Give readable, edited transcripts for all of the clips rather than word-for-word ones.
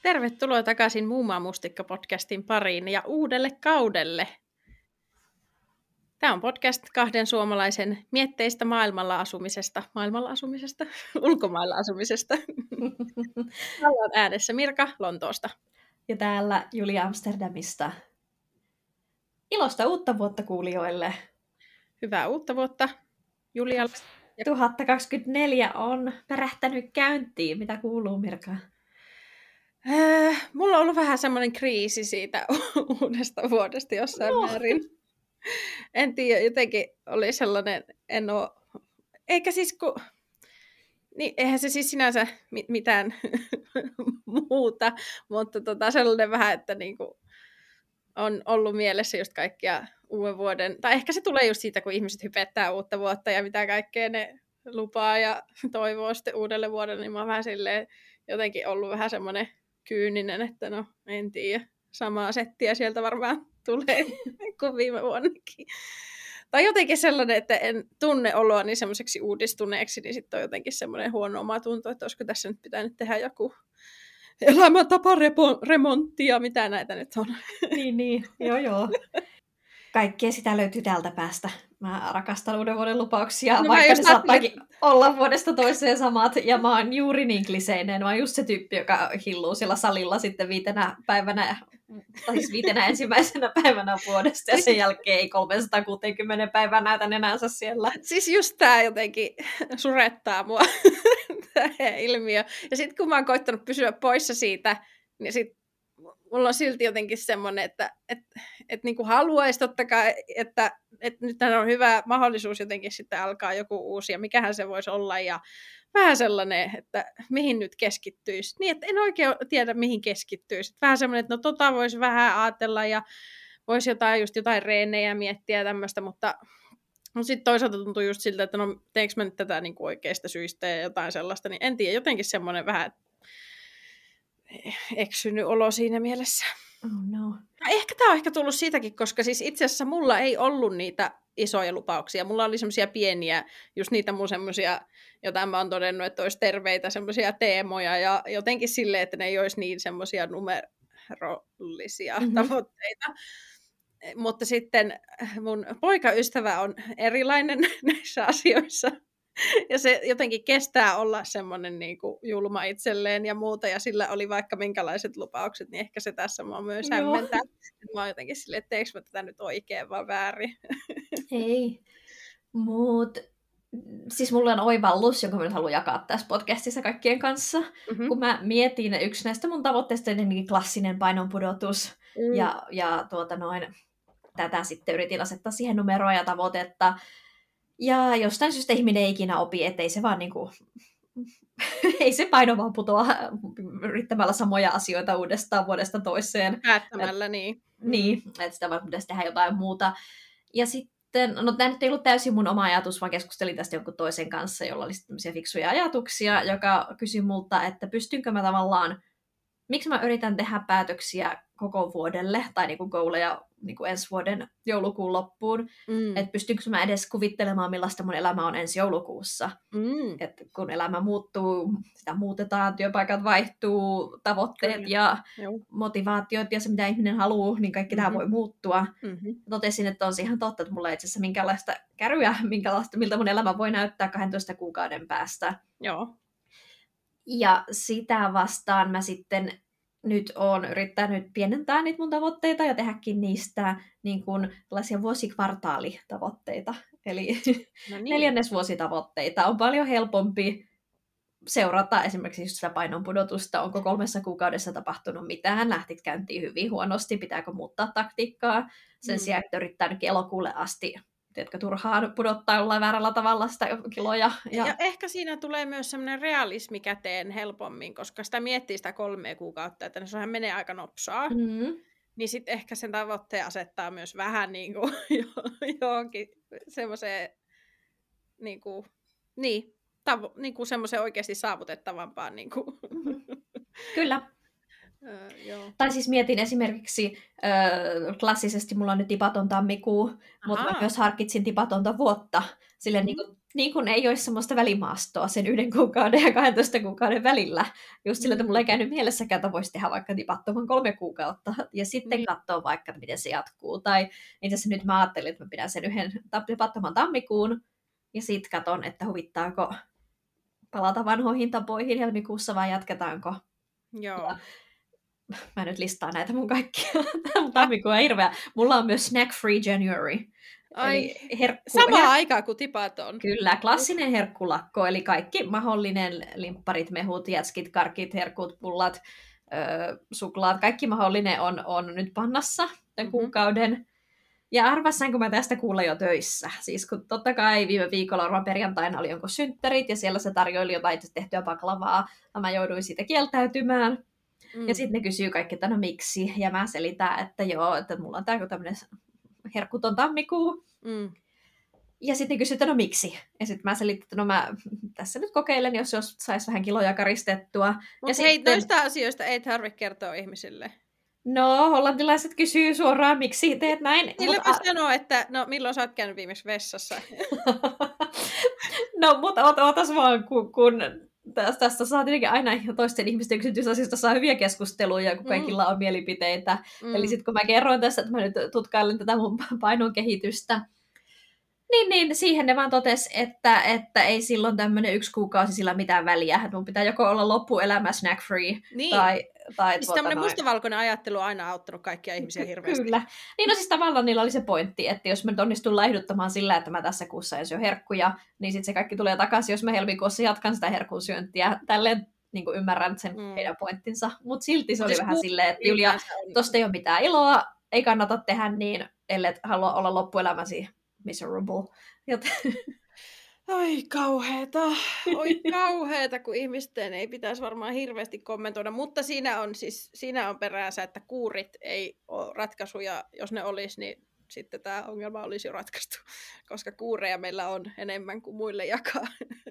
Tervetuloa takaisin Muuma Mustikka-podcastin pariin ja uudelle kaudelle. Tämä on podcast kahden suomalaisen mietteistä ulkomailla asumisesta. Täällä on äänessä Mirka Lontoosta. Ja täällä Julia Amsterdamista. Iloista uutta vuotta kuulijoille. Hyvää uutta vuotta Julialle. 2024 on pärähtänyt käyntiin. Mitä kuuluu, Mirka? Mulla on ollut vähän semmoinen kriisi siitä uudesta vuodesta jossain määrin. En tiedä, jotenkin oli sellainen, eikä siis niin, eihän se siis sinänsä mitään muuta, mutta sellainen vähän, että niinku on ollut mielessä just kaikkia uuden vuoden, tai ehkä se tulee just siitä, kun ihmiset hypettää uutta vuotta ja mitä kaikkea ne lupaa ja toivoo sitten uudelle vuodelle, niin mä oon vähän silleen jotenkin ollut vähän semmoinen kyyninen, että no en tiedä, samaa settiä sieltä varmaan tulee kuin viime vuonnakin. Tai jotenkin sellainen, että en tunne oloani semmoiseksi uudistuneeksi, niin sitten on jotenkin semmoinen huono omatunto, että olisiko tässä nyt pitänyt tehdä joku elämäntaparemontti ja mitä näitä nyt on. Niin, joo. Kaikkea sitä löytyy täältä päästä. Mä rakastan uuden vuoden lupauksia, no, vaikka ne saattaakin olla vuodesta toiseen samat. Ja mä oon juuri niin kliseinen. Mä oon just se tyyppi, joka hilluu siellä salilla sitten viitenä ensimmäisenä päivänä vuodesta. Ja sen jälkeen ei 360 päivää näytä nenänsä siellä. Siis just tää jotenkin surettaa mua, tämä ilmiö. Ja sitten kun mä oon koittanut pysyä poissa siitä, niin sit mulla on silti jotenkin semmoinen, että niinku haluaisi totta kai, että nyt on hyvä mahdollisuus jotenkin sitten alkaa joku uusi, ja mikähän se voisi olla, ja vähän sellainen, että mihin nyt keskittyisi. Niin, että en oikein tiedä, mihin keskittyisi. Vähän semmoinen, että no voisi vähän ajatella, ja voisi jotain reenejä miettiä ja tämmöistä, mutta sitten toisaalta tuntuu just siltä, että no teinkö mä nyt tätä niinku oikeista syistä ja jotain sellaista, niin en tiedä, jotenkin semmoinen vähän eksynyt olo siinä mielessä. Oh no. Ehkä tämä on tullut siitäkin, koska siis itse asiassa mulla ei ollut niitä isoja lupauksia. Mulla oli semmoisia pieniä, just niitä mun semmoisia, joita mä oon todennut, että olisi terveitä semmoisia teemoja ja jotenkin silleen, että ne ei olisi niin semmoisia numerollisia tavoitteita. Mutta sitten mun poikaystävä on erilainen näissä asioissa. Ja se jotenkin kestää olla semmoinen niin kuin julma itselleen ja muuta, ja sillä oli vaikka minkälaiset lupaukset, niin ehkä se tässä mua myös hämmentää. Mä oon jotenkin silleen, että teekö mä tätä nyt oikein vai väärin? Ei, mutta siis mulla on oivallus, jonka mä nyt haluan jakaa tässä podcastissa kaikkien kanssa. Kun mä mietin, yksi näistä mun tavoitteista on klassinen painonpudotus, ja tätä sitten yritin asettaa siihen numeroa ja tavoitetta. Ja jostain syystä ihminen ei ikinä opi, ettei se vaan ei se paino vaan putoa yrittämällä samoja asioita uudestaan vuodesta toiseen. Päättämällä, niin. Niin, että sitä vaan pitäisi tehdä jotain muuta. Ja sitten, no tämä nyt ei ollut täysin mun oma ajatus, vaan keskustelin tästä jonkun toisen kanssa, jolla oli tämmöisiä fiksuja ajatuksia, joka kysyi multa, että pystynkö mä tavallaan, miksi mä yritän tehdä päätöksiä koko vuodelle, tai niinku goaleja niinku ensi vuoden joulukuun loppuun, että pystynkö mä edes kuvittelemaan, millaista mun elämä on ensi joulukuussa. Että kun elämä muuttuu, sitä muutetaan, työpaikat vaihtuu, tavoitteet ja motivaatiot ja se, mitä ihminen haluaa, niin kaikki tämä voi muuttua. Totesin, että on se ihan totta, että mulla ei itse asiassa minkäänlaista käryä, miltä mun elämä voi näyttää 12 kuukauden päästä. Joo. Ja sitä vastaan mä sitten nyt olen yrittänyt pienentää niitä mun tavoitteita ja tehdäkin niistä niin kuin tällaisia vuosikvartaalitavoitteita. Eli neljännesvuositavoitteita. On paljon helpompi seurata esimerkiksi just sitä painonpudotusta. Onko 3 kuukaudessa tapahtunut mitään? Lähtikö käyntiin hyvin huonosti? Pitääkö muuttaa taktiikkaa? Sen sijaan, että yrittää nyt elokuulle asti turhaan pudottaa jollain väärällä tavalla sitä kiloja. Ja ehkä siinä tulee myös semmoinen realismi käteen helpommin, koska sitä miettii sitä 3 kuukautta, että sehän menee aika nopsaa. Niin sitten ehkä sen tavoitteen asettaa myös vähän niin kuin johonkin semmoiseen semmoiseen oikeasti saavutettavampaan. Niin kuin. Kyllä. Tai siis mietin esimerkiksi, klassisesti mulla on nyt tipaton tammikuu, mutta mä myös harkitsin tipatonta vuotta. Silleen niin kun ei olisi semmoista välimaastoa sen 1 kuukauden ja 12 kuukauden välillä. Just sillä, että mulla ei käynyt mielessäkään, että voisi tehdä vaikka tipattoman 3 kuukautta ja sitten katsoa vaikka, miten se jatkuu. Tai itse asiassa nyt mä ajattelin, että mä pidän sen 1 tipattoman tammikuun ja sitten katson, että huvittaako palata vanhoihin tapoihin helmikuussa vai jatketaanko. Joo. Ja mä nyt listaan näitä mun kaikkia. Tammikuu on hirveä. Mulla on myös Snack Free January. Ai, samaan aikaan kuin tipaton. Kyllä, klassinen herkkulakko, eli kaikki mahdollinen limpparit, mehut, jätskit, karkit, herkut, pullat, suklaat, kaikki mahdollinen on nyt pannassa tämän kuukauden. Ja arvassaanko mä tästä kuulla jo töissä. Siis kun totta kai viime viikolla varmaan perjantaina oli jonkun synttärit, ja siellä se tarjoili jotain itse tehtyä baklavaa, ja mä jouduin siitä kieltäytymään. Ja sitten ne kysyy kaikki, että no miksi, ja mä selitän, että joo, että mulla on tää tämmönen herkuton tammikuu. Ja sitten ne kysyy, että no miksi? Ja sitten mä selitän, että no mä tässä nyt kokeilen, jos sais vähän kiloja karistettua. Mutta hei, noista asioista ei tarvitse kertoa ihmisille. No, hollantilaiset kysyy suoraan, miksi teet näin. Silläpä sanoo, että no milloin sä oot käynyt viimeksi vessassa? No, mutta ootas vaan, kun tästä saa tietenkin aina toisten ihmisten yksityisasioista saa hyviä keskusteluja, kun kaikilla on mielipiteitä. Eli sitten kun mä kerroin tässä, että mä nyt tutkailen tätä mun painon kehitystä, niin siihen ne vaan totesi, että ei silloin tämmöinen 1 kuukausi sillä mitään väliä. Että mun pitää joko olla loppuelämä snack free tai siis tämmöinen mustavalkoinen ajattelu on aina auttanut kaikkia ihmisiä hirveästi. Kyllä. Niin no siis tavallaan niillä oli se pointti, että jos mä nyt onnistun laihduttamaan sillä, että mä tässä kuussa en syö herkkuja, niin sitten se kaikki tulee takaisin, jos mä helmikuussa jatkan sitä herkkusyöntiä. Tälleen niin kuin ymmärrän sen heidän pointtinsa. Mutta silti se oli vähän silleen, että Julia, tosta ei ole mitään iloa, ei kannata tehdä niin, ellei halua olla loppuelämäsi miserable. Oi kauheeta, kun ihmisten ei pitäisi varmaan hirveästi kommentoida, mutta siinä on peräänsä, että kuurit ei ole ratkaisuja, jos ne olisi, niin sitten tämä ongelma olisi jo ratkaistu, koska kuureja meillä on enemmän kuin muille jakaa.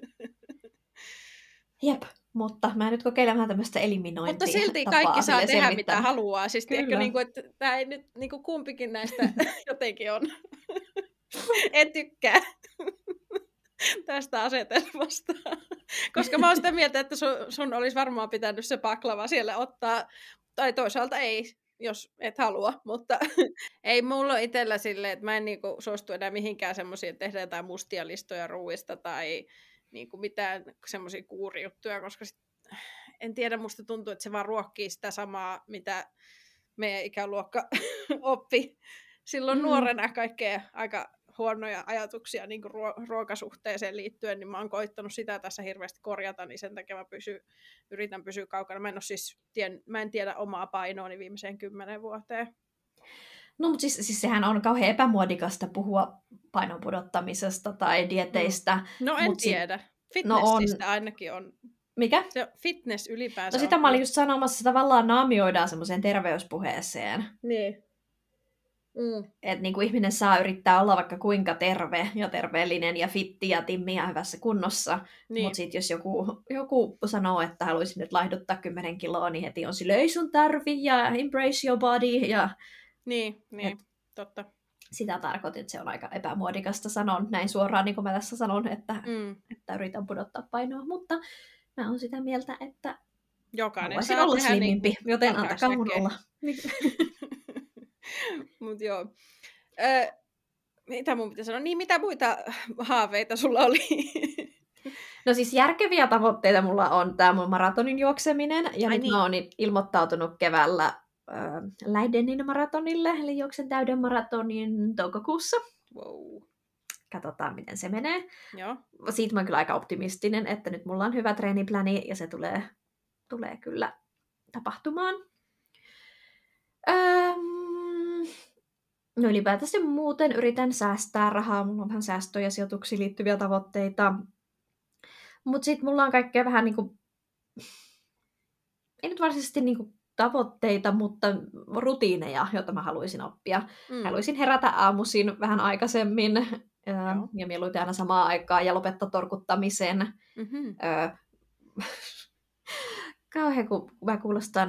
Jep, mutta mä nyt kokeilen vähän tämmöistä eliminointia. Mutta silti kaikki saa tehdä mitä haluaa, siis tiedätkö, niin kuin, että tämä ei nyt niin kuin kumpikin näistä jotenkin on. En tykkää tästä asetelmasta. Koska mä oon sitä mieltä, että sun olisi varmaan pitänyt se baklava siellä ottaa. Tai toisaalta ei, jos et halua. Mutta ei mulla ole itsellä silleen, että mä en niinku suostu enää mihinkään semmoisiin, että tehdään jotain mustia listoja ruuista tai niinku mitään semmoisia kuurijuttuja, koska en tiedä, musta tuntuu, että se vaan ruokkii sitä samaa, mitä meidän ikäluokka oppi silloin nuorena, kaikkea aika huonoja ajatuksia niin kuin ruokasuhteeseen liittyen, niin mä oon koittanut sitä tässä hirveästi korjata, niin sen takia mä yritän pysyä kaukana. Mä en tiedä omaa painoani viimeiseen 10 vuoteen. No, mutta siis sehän on kauhean epämuodikasta puhua painon pudottamisesta tai dieteistä. No en tiedä. Fitnessistä ainakin on. Mikä? Se fitness ylipäänsä. No sitä mä olin just sanomassa, että tavallaan naamioidaan semmoiseen terveyspuheeseen. Niin. Että niin kuin ihminen saa yrittää olla vaikka kuinka terve ja terveellinen ja fitti ja timmi ja hyvässä kunnossa, mutta sitten jos joku sanoo, että haluaisin nyt laihduttaa 10 kiloa, niin heti on silleen, ei sun tarvi ja embrace your body. Ja niin, totta. Sitä tarkoitin, että se on aika epämuodikasta sanoa näin suoraan, niin kuin mä tässä sanon, että yritän pudottaa painoa, mutta mä oon sitä mieltä, että jokainen saa olla slimimpi, joten antakaa mun olla. Mut joo. Mitä mun pitäisi sanoa? Niin, mitä muita haaveita sulla oli? No siis järkeviä tavoitteita mulla on tämä mun maratonin juokseminen. Ja nyt mä oon ilmoittautunut keväällä Leidenin maratonille, eli juoksen täyden maratonin toukokuussa. Wow. Katsotaan, miten se menee. Joo. Siitä mä oon kyllä aika optimistinen, että nyt mulla on hyvä treenipläni ja se tulee kyllä tapahtumaan. No ylipäätänsä muuten yritän säästää rahaa. Mulla on vähän säästöjä ja sijoituksiin liittyviä tavoitteita. Mutta sitten mulla on kaikkea vähän niinku, ei nyt varsinaisesti niinku tavoitteita, mutta rutiineja, joita mä haluaisin oppia. Haluaisin herätä aamuisin vähän aikaisemmin ja mieluiten aina samaan aikaan ja lopettaa torkuttamisen. Kauhean, kun mä kuulostan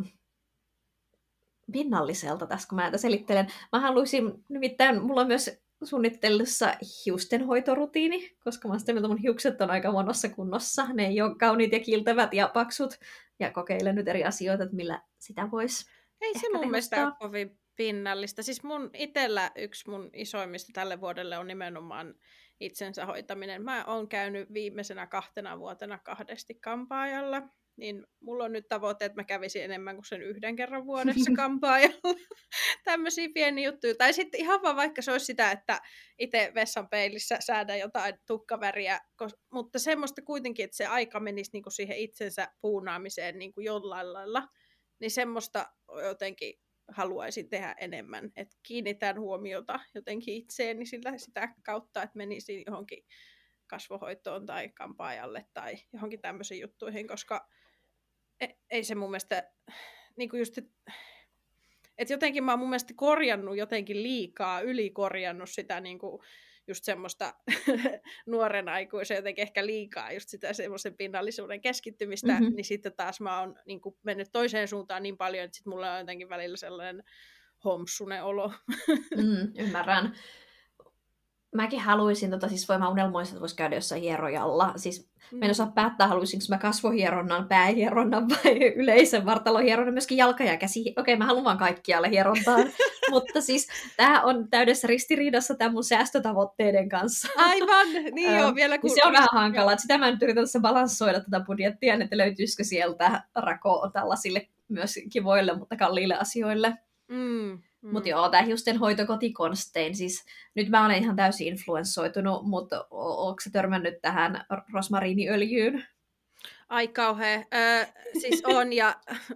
pinnalliselta tässä, kun mä näitä selittelen. Mä haluaisin, nimittäin mulla on myös suunnittelussa hiustenhoitorutiini, koska mä oon sitä mieltä, mun hiukset on aika huonossa kunnossa. Ne ei ole kauniit ja kiiltävät ja paksut. Ja kokeilen nyt eri asioita, että millä sitä voisi Ei ehkä se mun mielestä ole tehostaa. kovin pinnallista. Siis itsellä yksi mun isoimmista tälle vuodelle on nimenomaan itsensä hoitaminen. Mä oon käynyt viimeisenä 2 vuotena 2 kampaajalla. Niin mulla on nyt tavoite, että mä kävisin enemmän kuin sen 1 kerran vuodessa kampaajalla. Tämmöisiä pieniä juttuja. Tai sitten ihan vaan vaikka se olisi sitä, että itse vessan peilissä säädä jotain tukkaväriä. Mutta semmoista kuitenkin, että se aika menisi niinku siihen itsensä puunaamiseen niinku jollain lailla. Niin semmoista jotenkin haluaisin tehdä enemmän. Että kiinnitän huomiota jotenkin itseeni sitä kautta, että menisin johonkin kasvohoitoon tai kampaajalle tai johonkin tämmöisiin juttuihin, koska ei se mun mielestä, niin kuin just, että jotenkin mä oon mun mielestä korjannut jotenkin liikaa, ylikorjannut sitä niin kuin just semmoista nuoren aikuisen jotenkin ehkä liikaa just sitä semmoisen pinnallisuuden keskittymistä, niin sitten taas mä oon niin kuin mennyt toiseen suuntaan niin paljon, että sitten mulla on jotenkin välillä sellainen homsunen olo. Ymmärrän. Mäkin haluaisin, siis mä unelmoisin, että voisi käydä jossain hierojalla. Siis mä en osaa päättää, haluaisinko mä kasvohieronnan, päähieronnan vai yleisen vartalohieronnan, myöskin jalka- ja käsi. Okei, mä haluan vaan kaikkialle hierontaan. Mutta siis tää on täydessä ristiriidassa tämän mun säästötavoitteiden kanssa. Aivan, niin joo, vielä kun... Se on vähän hankalaa, että sitä mä nyt yritän tässä balanssoida tätä budjettia, että löytyisikö sieltä rako tällaisille myös kivoille, mutta kalliille asioille. Mutta joo, tämä hiustenhoito kotikonstein, siis nyt mä olen ihan täysin influenssoitunut, mutta ootko sä törmännyt tähän rosmariiniöljyyn? Ai kauhea. Siis on ja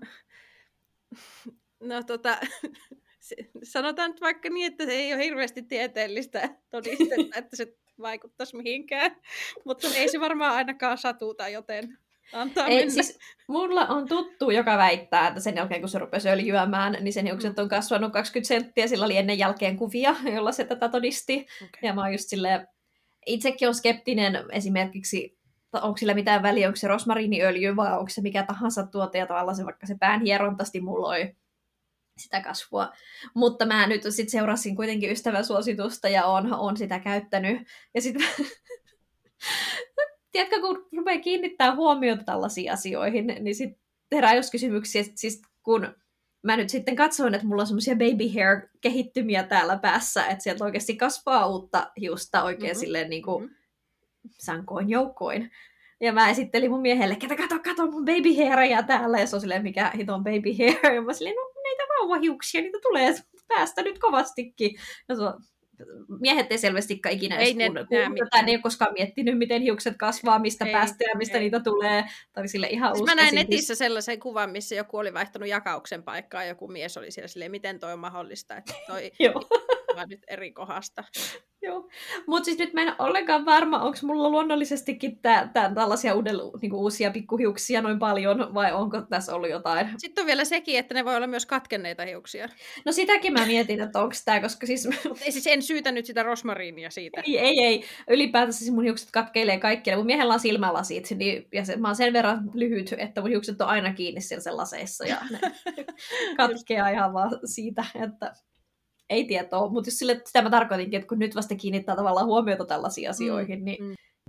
no sanotaan nyt vaikka niin, että se ei ole hirveästi tieteellistä todistetta, että se vaikuttaisi mihinkään, mutta ei se varmaan ainakaan satuta, joten antaa mennä. Siis mulla on tuttu, joka väittää, että sen jälkeen kun se rupesi öljyämään, niin sen hiukset on kasvanut 20 senttiä, sillä oli ennen jälkeen kuvia, jolla se tätä todisti. Okay. Ja mä oon just silleen, itsekin on skeptinen esimerkiksi, onko sillä mitään väliä, onko se rosmariiniöljy vai onko se mikä tahansa tuote, ja tavallaan se vaikka se pään hieronta stimuloi sitä kasvua. Mutta mä nyt sit seurasin kuitenkin ystävän suositusta ja on sitä käyttänyt. Ja sitten tiedätkö, kun rupeaa kiinnittää huomiota tällaisiin asioihin, niin sitten herää jos kysymyksiä, siis kun mä nyt sitten katsoin, että mulla on semmoisia baby hair kehittymiä täällä päässä, että sieltä oikeasti kasvaa uutta hiusta oikein silleen niin kuin sankoin joukkoin. Ja mä esittelin mun miehelle, että kato mun baby hairia täällä, ja se on silleen, mikä hiton baby hair, ja mä silleen, no näitä vauvahiuksia, niitä tulee päästä nyt kovastikin. Ja se on, miehet ei selvästikään ikinä edes kuunnella, ne ei ole koskaan miettinyt, miten hiukset kasvaa, mistä päästä ja mistä niitä tulee. Tai sille ihan siis mä näin netissä sellaisen kuvan, missä joku oli vaihtanut jakauksen paikkaa, ja joku mies oli siellä silleen, miten toi on mahdollista, että toi on nyt eri kohdasta. Joo, mutta siis nyt mä en ollenkaan varma, onko mulla luonnollisestikin tällaisia uusia pikkuhiuksia noin paljon, vai onko tässä ollut jotain? Sitten on vielä sekin, että ne voi olla myös katkenneita hiuksia. No sitäkin mä mietin, että onko tämä, koska siis... Ei siis en syytä nyt sitä rosmariinia siitä. Ei. Ylipäätänsä siis mun hiukset katkeilee kaikkialle. Mun miehellä on silmälasit, niin, ja mä oon sen verran lyhyt, että mun hiukset on aina kiinni siellä laseissa, ja ne katkeaa ihan vaan siitä, että... Ei tietoa, mutta jos sille, sitä mä tarkoitinkin, että kun nyt vasta kiinnittää tavallaan huomiota tällaisiin asioihin, niin...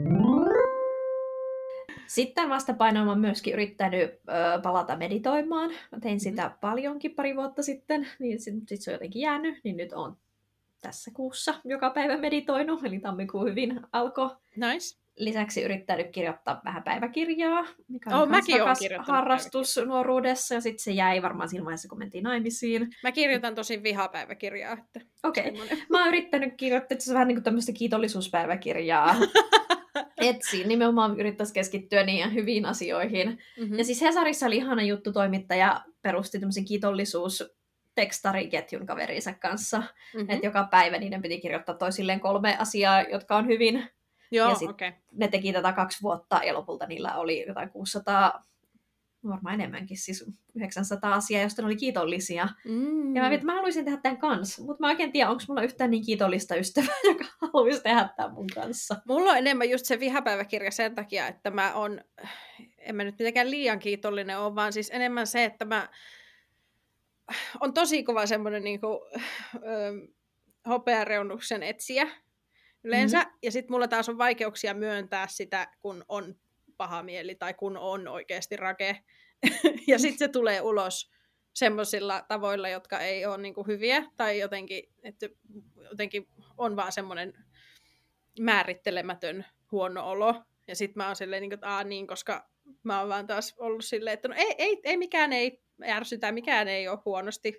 Sitten vastapainoon mä oon myöskin yrittänyt palata meditoimaan. Mä tein sitä paljonkin pari vuotta sitten, niin sit se on jotenkin jäänyt, niin nyt on tässä kuussa joka päivä meditoinut, eli tammikuu hyvin alkoi. Nice. Lisäksi yrittänyt kirjoittaa vähän päiväkirjaa, mikä on harrastus nuoruudessa, ja sitten se jäi varmaan siinä vaiheessa, kun mentiin naimisiin. Mä kirjoitan tosi vihapäiväkirjaa. Okei. Mä oon yrittänyt kirjoittaa vähän niin kuin tämmöistä kiitollisuuspäiväkirjaa. Etsin, nimenomaan yrittäisi keskittyä niin hyviin asioihin. Ja siis Hesarissa oli ihana juttu, toimittaja perusti tämmöisen kiitollisuustekstariketjun kaverinsa kanssa, että joka päivä niiden piti kirjoittaa toisilleen 3 asiaa, jotka on hyvin. Joo, ja sitten ne teki tätä 2 vuotta, ja lopulta niillä oli jotain 600, varmaan enemmänkin, siis 900 asiaa, josta ne oli kiitollisia. Ja mä mietin, että mä haluaisin tehdä tämän kanssa, mutta mä oikein tiedä, onko mulla yhtään niin kiitollista ystävää, joka haluaisi tehdä tämän mun kanssa. Mulla on enemmän just se vihapäiväkirja sen takia, että en mä nyt mitenkään liian kiitollinen ole, vaan siis enemmän se, että mä on tosi kova semmoinen niinku... hopeareunuksen etsiä yleensä. Ja sitten mulla taas on vaikeuksia myöntää sitä, kun on paha mieli tai kun on oikeasti rake. Ja sitten se tulee ulos semmoisilla tavoilla, jotka ei ole niinku hyviä. Tai jotenkin, että jotenkin on vaan semmoinen määrittelemätön huono olo. Ja sitten mä oon silleen, että koska mä oon vaan taas ollut silleen, että no ei mikään ei ärsytä, mikään ei ole huonosti.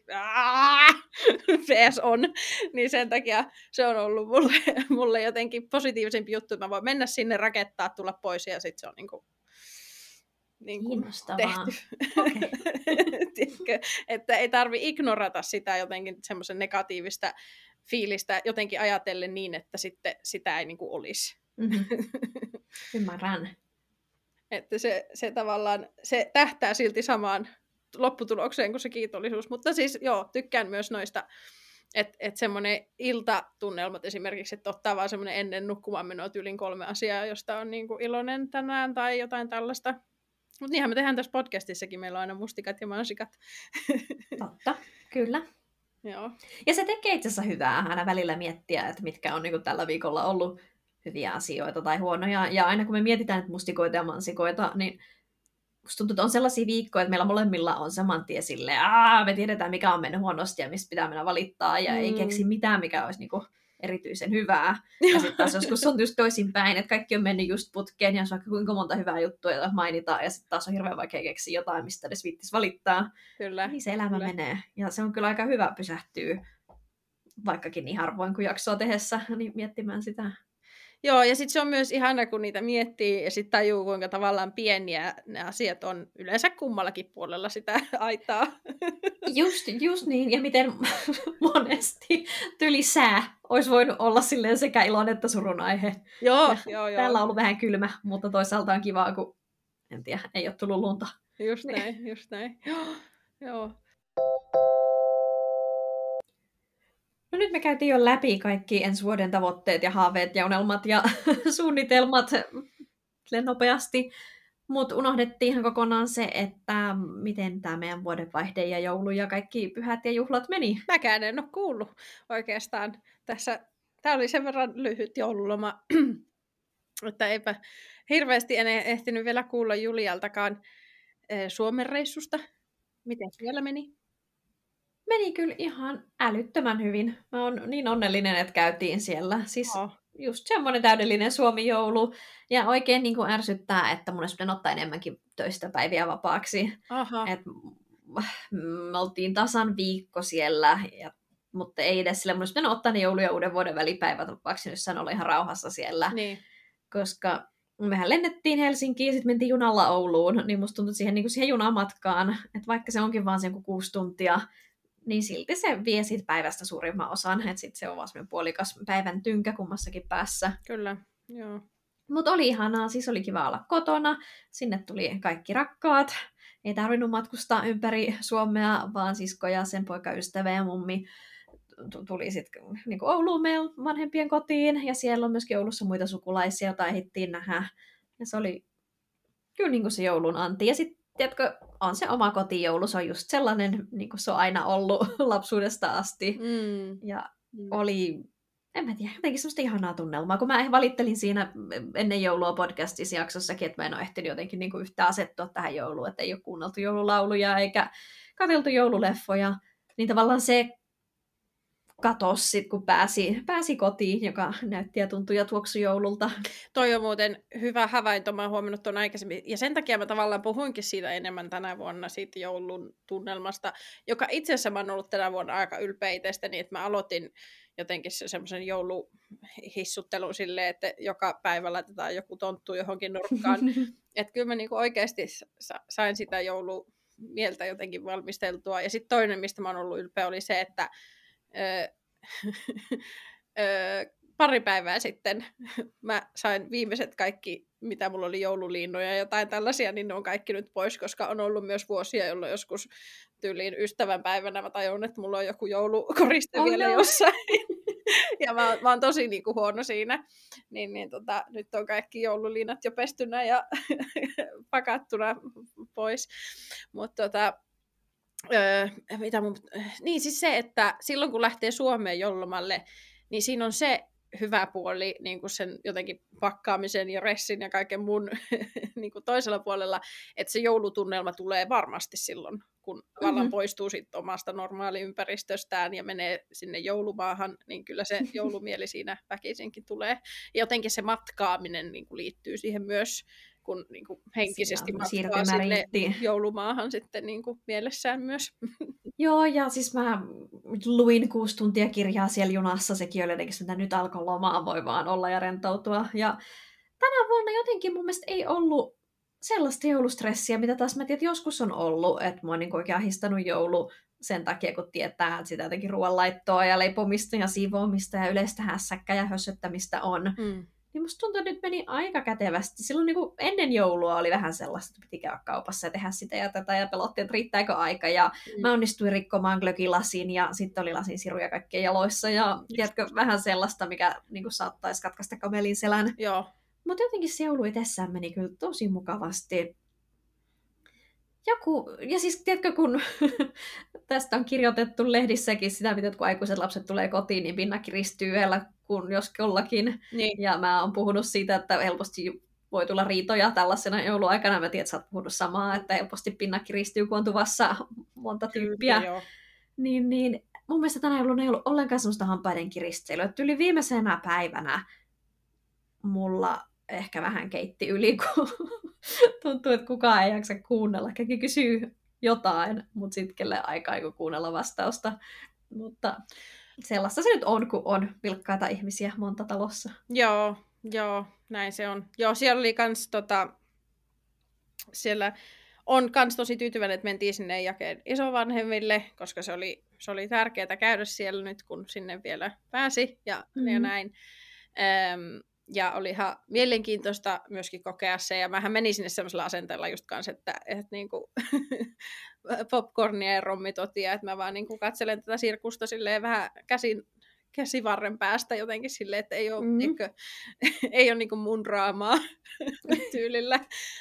PS on. Niin sen takia se on ollut mulle jotenkin positiivisempi juttu, että mä voin mennä sinne, rakettaa, tulla pois ja sitten se on niinku tehty. Okay. Että ei tarvi ignorata sitä jotenkin semmoisen negatiivista fiilistä jotenkin ajatellen niin, että sitten sitä ei niinku olisi. Mm-hmm. Ymmärrän. Että se tavallaan, se tähtää silti samaan lopputulokseen kuin se kiitollisuus. Mutta siis joo, tykkään myös noista, että semmoinen iltatunnelmat esimerkiksi, että ottaa vaan semmoinen ennen nukkumaan menoa tyylin 3 asiaa, josta on niinku iloinen tänään tai jotain tällaista. Mutta niinhän me tehdään tässä podcastissakin, meillä on aina mustikat ja mansikat. Totta, kyllä. Joo. Ja se tekee itse asiassa hyvää aina välillä miettiä, että mitkä on niin kuin tällä viikolla ollut hyviä asioita tai huonoja. Ja aina kun me mietitään että mustikoita ja mansikoita, niin musta tuntuu, että on sellaisia viikkoja, että meillä molemmilla on saman tien silleen, me tiedetään mikä on mennyt huonosti ja mistä pitää mennä valittaa ja ei keksi mitään, mikä olisi niinku erityisen hyvää. Ja sitten taas joskus on just toisinpäin, että kaikki on mennyt just putkeen ja on vaikka kuinka monta hyvää juttua, jota mainitaan ja sitten taas on hirveän vaikea keksiä jotain, mistä edes viittis valittaa. Kyllä. Niin se elämä menee. Ja se on kyllä aika hyvä pysähtyä, vaikkakin niin harvoin kuin jaksoa tehdessä, niin miettimään sitä. Joo, ja sitten se on myös ihana, kun niitä miettii ja sitten tajuu, kuinka tavallaan pieniä ne asiat on yleensä kummallakin puolella sitä aitaa. Just niin, ja miten monesti sää olisi voinut olla silleen sekä ilon että surun aihe. Joo. Täällä on ollut vähän kylmä, mutta toisaalta on kivaa, kun en tiedä, ei ole tullut lunta. Just näin. Joo. No nyt me käytiin jo läpi kaikki ensi vuoden tavoitteet ja haaveet ja unelmat ja suunnitelmat nopeasti, mutta unohdettiin ihan kokonaan se, että miten tämä meidän vuodenvaihde ja joulu ja kaikki pyhät ja juhlat meni. Mäkään en ole kuullut oikeastaan tässä. Tämä oli sen verran lyhyt joululoma, että eipä hirveästi en ehtinyt vielä kuulla Julialtakaan Suomen reissusta. Miten siellä meni? Meni kyllä ihan älyttömän hyvin. Mä oon niin onnellinen, että käytiin siellä. Siis just semmoinen täydellinen Suomi-joulu. Ja oikein niin kuin ärsyttää, että mun olisi pitänyt ottaa enemmänkin töistä päiviä vapaaksi. Et me oltiin tasan viikko siellä, mutta ei edes sillä. Mun olisi pitänyt ottaa ne joulu- ja uuden vuoden välipäivät vapaaksi, jossain olla ihan rauhassa siellä. Niin. Koska mehän lennettiin Helsinkiin ja sitten mentiin junalla Ouluun. Niin musta tuntui siihen junamatkaan, että vaikka se onkin vaan sen 6 tuntia, niin silti se vie siitä päivästä suurimman osan, että sitten se on vaan semmoinen puolikas päivän tynkä kummassakin päässä. Kyllä, joo. Mutta oli ihanaa, siis oli kiva olla kotona, sinne tuli kaikki rakkaat, ei tarvinnut matkustaa ympäri Suomea, vaan sisko ja sen poikaystävä ja mummi tuli sitten niinku Ouluun meidän vanhempien kotiin, ja siellä on myöskin Oulussa muita sukulaisia, joita ehdittiin nähdä, ja se oli kyllä niinku se joulun anti, ja sitten tiedätkö, on se oma kotijoulu, se on just sellainen, niin kuin se on aina ollut lapsuudesta asti. Ja oli, en mä tiedä, jotenkin semmoista ihanaa tunnelmaa. Kun mä valittelin siinä ennen joulua podcastissa jaksossakin, että mä en ole ehtinyt jotenkin niin kuin yhtään asettua tähän jouluun, että ei ole kuunneltu joululauluja eikä katseltu joululeffoja, niin tavallaan se katosi sit, kun pääsi kotiin, joka näytti ja tuntui ja tuoksui joululta. Toi on muuten hyvä havainto, mä oon huomannut tuon aikaisemmin. Ja sen takia mä tavallaan puhuinkin siitä enemmän tänä vuonna, siitä joulun tunnelmasta, joka itse asiassa mä oon ollut tänä vuonna aika ylpeä itsestäni, että mä aloitin jotenkin semmoisen jouluhissuttelun silleen, että joka päivä laitetaan joku tonttu johonkin nurkkaan. Että kyllä mä niinku oikeasti sain sitä joulumieltä jotenkin valmisteltua. Ja sitten toinen, mistä mä oon ollut ylpeä, oli se, että pari päivää sitten mä sain viimeiset kaikki, mitä mulla oli joululiinnoja ja jotain tällaisia, niin ne on kaikki nyt pois, koska on ollut myös vuosia, jolloin joskus tyyliin ystävänpäivänä mä tajun, että mulla on joku joulukoriste vielä jossain. Ja mä oon tosi niinku huono siinä. Niin, nyt on kaikki joululiinat jo pestynä ja pakattuna pois. Mutta Niin siis se, että silloin kun lähtee Suomeen joululomalle, niin siinä on se hyvä puoli niin kuin sen jotenkin pakkaamisen ja ressin ja kaiken muun niin kuin toisella puolella, että se joulutunnelma tulee varmasti silloin, kun tavallaan poistuu sit omasta normaaliympäristöstään ja menee sinne joulumaahan, niin kyllä se joulumieli siinä väkisinkin tulee. Ja jotenkin se matkaaminen niin kuin liittyy siihen myös, kun niin kuin henkisesti matkaa sinne joulumaahan sitten niin kuin mielessään myös. Joo, ja siis mä luin 6 tuntia kirjaa siellä junassa, sekin oli jotenkin, että nyt alkoi lomaa, voi vaan olla ja rentoutua. Ja tänä vuonna jotenkin mun mielestä ei ollut sellaista joulustressiä, mitä taas mä tiedän, että joskus on ollut, että mä oon niin oikein ahdistanut joulu sen takia, kun tietää, että sitä jotenkin ruoanlaittoa ja leipomista ja siivoamista ja yleistä hässäkkää ja hössöttämistä on. Niin musta tuntuu, että nyt meni aika kätevästi. Silloin niin kuin ennen joulua oli vähän sellaista, että piti käydä kaupassa ja tehdä sitä ja tätä ja pelottiin, että riittääkö aika. Ja mä onnistuin rikkomaan glögilasin ja sitten oli lasinsiruja kaikkien jaloissa. Ja tiedätkö, vähän sellaista, mikä niin kuin saattaisi katkaista kamelin selän. Joo. Mutta jotenkin se joulu itsessään meni kyllä tosi mukavasti. Ja siis tiedätkö, kun tästä on kirjoitettu lehdissäkin sitä, että kun aikuiset lapset tulee kotiin, niin pinna kiristyy yhdellä kuin jos jollakin. Niin. Ja mä oon puhunut siitä, että helposti voi tulla riitoja tällaisena jouluaikana. Mä tiedän, että sä oot puhunut samaa, että helposti pinna kiristyy, kun on tuvassa monta tyyppiä. Niin, mun mielestä tänä jouluna ei ollut ollenkaan semmoista hampaiden kiristelyä. Yli viimeisenä päivänä mulla ehkä vähän keitti yli, kun tuntuu, että kukaan ei jaksa kuunnella. Kaikki kysyy jotain, mutta sitten kelle aikaa ei kuunnella vastausta. Mutta sellaista se nyt on, kun on vilkkaita ihmisiä monta talossa. Joo, näin se on. Joo, siellä oli kans siellä on kans tosi tyytyväinen, että mentiin sinne Jakeen isovanhemmille, koska se oli tärkeää käydä siellä nyt, kun sinne vielä pääsi ja näin. Ja oli ihan mielenkiintoista myöskin kokea se, ja mähän menin sinne semmoisella asenteella just kanssa, että niinku popcornia ja rommitotia, että mä vaan niinku katselen tätä sirkusta silleen vähän käsivarren päästä jotenkin silleen, että ei ole, ei ole niinku mun draamaa tyylillä.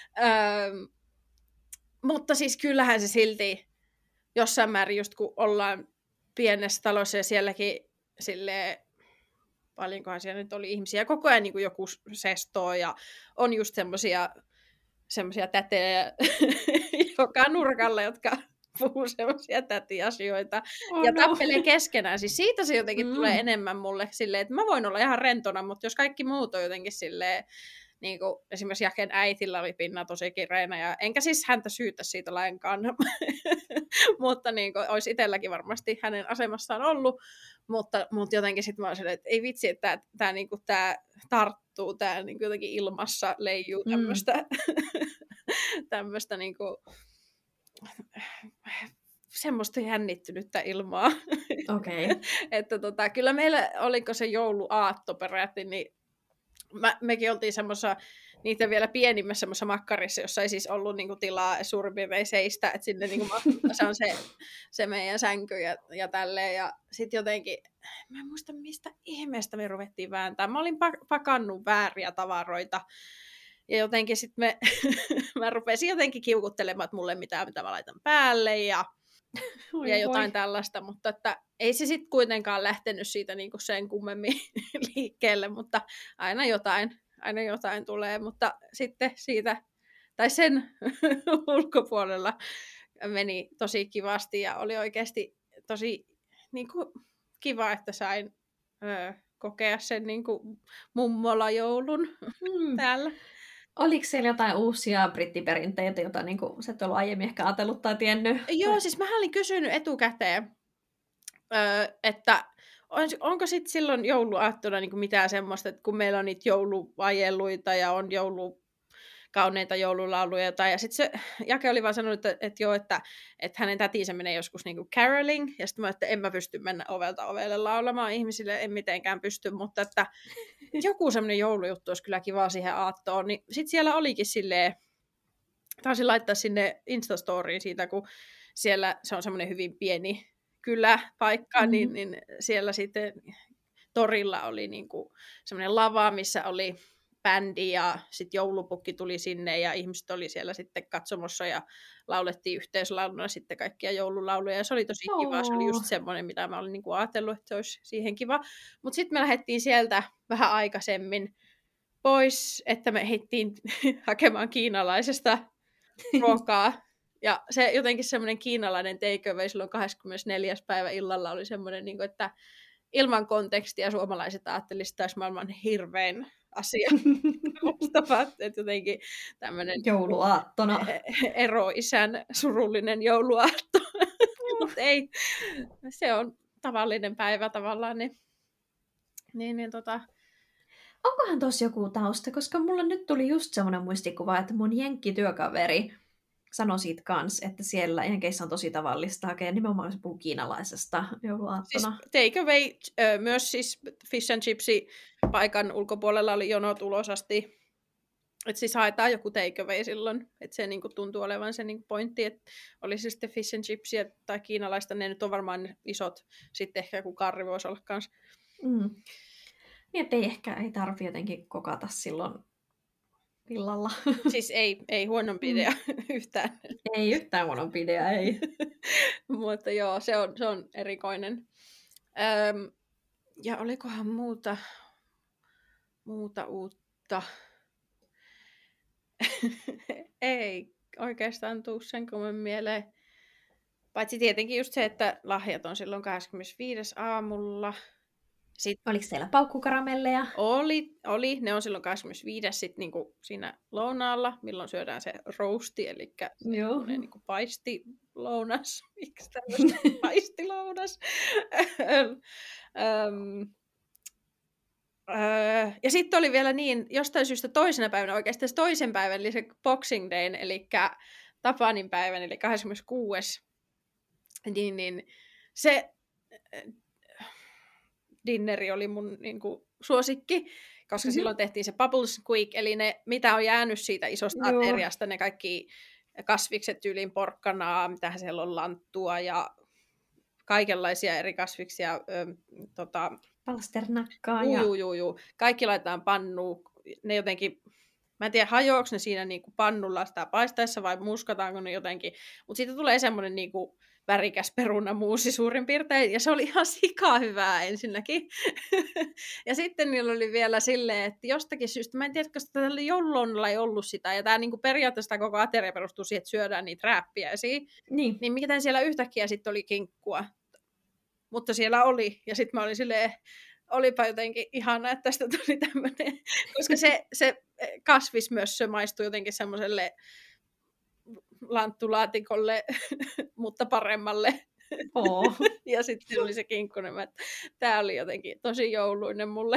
Mutta siis kyllähän se silti jossain määrin just kun ollaan pienessä talossa ja sielläkin silleen, paljonkohan siellä nyt oli ihmisiä, koko ajan niin kuin joku sestoo ja on just semmoisia tätejä joka nurkalla, jotka puhuu semmoisia tätiasioita ja tappelee keskenään. Siis siitä se jotenkin tulee enemmän mulle silleen, että mä voin olla ihan rentona, mutta jos kaikki muut on jotenkin silleen, niin kuin esimerkiksi Jaken äitillä oli pinna tosi kireänä, ja enkä siis häntä syytä siitä lainkaan, mutta niin kuin, olisi itselläkin varmasti hänen asemassaan ollut, mutta jotenkin sitten mä olisin, että ei vitsi, että tämä niinku, tarttuu, tämä niinku, jotenkin ilmassa leijuu tämmöistä niinku, semmoista jännittynyttä ilmaa. Okei. Että kyllä meillä, oliko se jouluaatto peräti, niin mekin oltiin semmoisessa, niitä vielä pienimmässä semmoisessa makkarissa, jossa ei siis ollut niinku tilaa suurin piirtein seistä, että sinne niinku se on se meidän sänky ja tälleen. Ja sitten jotenkin, mä en muista mistä ihmeestä me ruvettiin vääntämään. Mä olin pakannut vääriä tavaroita. Ja jotenkin sitten mä rupesin jotenkin kiukuttelemaan, että mulle mitä mä laitan päälle ja jotain tällaista, mutta että ei se sitten kuitenkaan lähtenyt siitä niinku sen kummemmin liikkeelle, mutta aina jotain tulee, mutta sitten siitä, tai sen ulkopuolella meni tosi kivasti ja oli oikeasti tosi niinku kiva, että sain kokea sen niinku mummola-joulun täällä. Oliko siellä jotain uusia brittiperinteitä, joita niin sä et ollut aiemmin ehkä ajatellut tai tiennyt? Joo, siis mä olin kysynyt etukäteen, että onko sitten silloin jouluaattona niin mitään semmoista, että kun meillä on niitä jouluvajelluita ja on kauneita joululauluja jotain, ja sitten se Jake oli vaan sanonut, että joo, että hänen tätinsä menee joskus niin kuin caroling, ja sitten mä että en mä pysty mennä ovelta ovelle laulamaan ihmisille, en mitenkään pysty, mutta että joku semmoinen joulujuttu olisi kyllä kiva siihen aattoon, niin sitten siellä olikin silleen, taisin laittaa sinne Instastoriin siitä, kun siellä se on semmoinen hyvin pieni kyläpaikka, niin siellä sitten torilla oli niinku semmoinen lava, missä oli bändi ja sitten joulupukki tuli sinne ja ihmiset oli siellä sitten katsomossa ja laulettiin yhteislauluna sitten kaikkia joululauluja ja se oli tosi kiva. Se oli just semmoinen, mitä mä olin niin kuin ajatellut, että se olisi siihen kiva. Mutta sitten me lähdettiin sieltä vähän aikaisemmin pois, että me ehdittiin hakemaan kiinalaisesta ruokaa. Ja se jotenkin semmoinen kiinalainen takeaway silloin 24. päivä illalla oli semmoinen, niin kuin, että ilman kontekstia suomalaiset ajattelisivat, että olisi maailman hirvein asia. Että jotenkin tämmöinen jouluaattona eroisän surullinen jouluaatto. Mutta ei, se on tavallinen päivä tavallaan. Onkohan tuossa joku tausta? Koska mulla nyt tuli just semmoinen muistikuva, että mun jenkkityökaveri sanoi siitä kanssa, että siellä Jenkeissä on tosi tavallista hakea nimenomaan, se puhuu kiinalaisesta jouluaattona. Siis takeaway, myös siis fish and chipsi paikan ulkopuolella oli jonot ulos asti. Että siis haetaan joku takeaway silloin. Että se niinku tuntuu olevan se niinku pointti, että oli se sitten fish and chipsiä tai kiinalaista, ne nyt on varmaan ne isot. Sitten ehkä joku karri voisi olla kanssa. Niin, että ei tarvitse jotenkin kokata silloin illalla. Siis ei huonompi idea yhtään. Ei yhtään huonompi idea, ei. Mutta joo, se on erikoinen. Ja olikohan muuta uutta? Ei oikeastaan tuu sen kummin mieleen. Paitsi tietenkin just se, että lahjat on silloin 25. aamulla. Oliko teillä paukkukaramelleja? Oli. Ne on silloin 25. Sitten niinku siinä lounaalla, milloin syödään se roasti, eli niinku paistilounas. Miksi tämmöistä paistilounas? Ja sitten oli vielä niin, jostain syystä toisena päivänä, oikeastaan toisen päivän, eli se Boxing Dayn, eli Tapanin päivän, eli 26. Niin se dinneri oli mun niinku suosikki, koska silloin tehtiin se bubble squeak, eli ne, mitä on jäänyt siitä isosta ateriasta, ne kaikki kasvikset tyyliin porkkanaa, mitähän siellä on, lanttua ja kaikenlaisia eri kasviksia. Palsternakkaa. Juu. Kaikki laitetaan pannuun. Ne jotenkin, mä en tiedä hajoako ne siinä niinku pannulla sitä paistaessa vai muskataanko ne jotenkin, mutta siitä tulee semmoinen niinku värikäs perunamuusi suurin piirtein, ja se oli ihan sikaa hyvää ensinnäkin. Ja sitten niillä oli vielä silleen, että jostakin syystä, mä en tiedä, koska tällä joululounalla ei ollut sitä, ja tämä niinku periaatteessa koko ateria perustuu siihen, että syödään niitä rääppiäisiä, niin mikä siellä yhtäkkiä sitten oli kinkkua. Mutta siellä oli, ja sitten mä olin silleen, olipa jotenkin ihana, että tästä tuli tämmöinen, koska se kasvismössö maistui jotenkin semmoiselle lanttulaatikolle, mutta paremmalle. Ja sitten oli se kinkkunen, että tämä oli jotenkin tosi jouluinen mulle.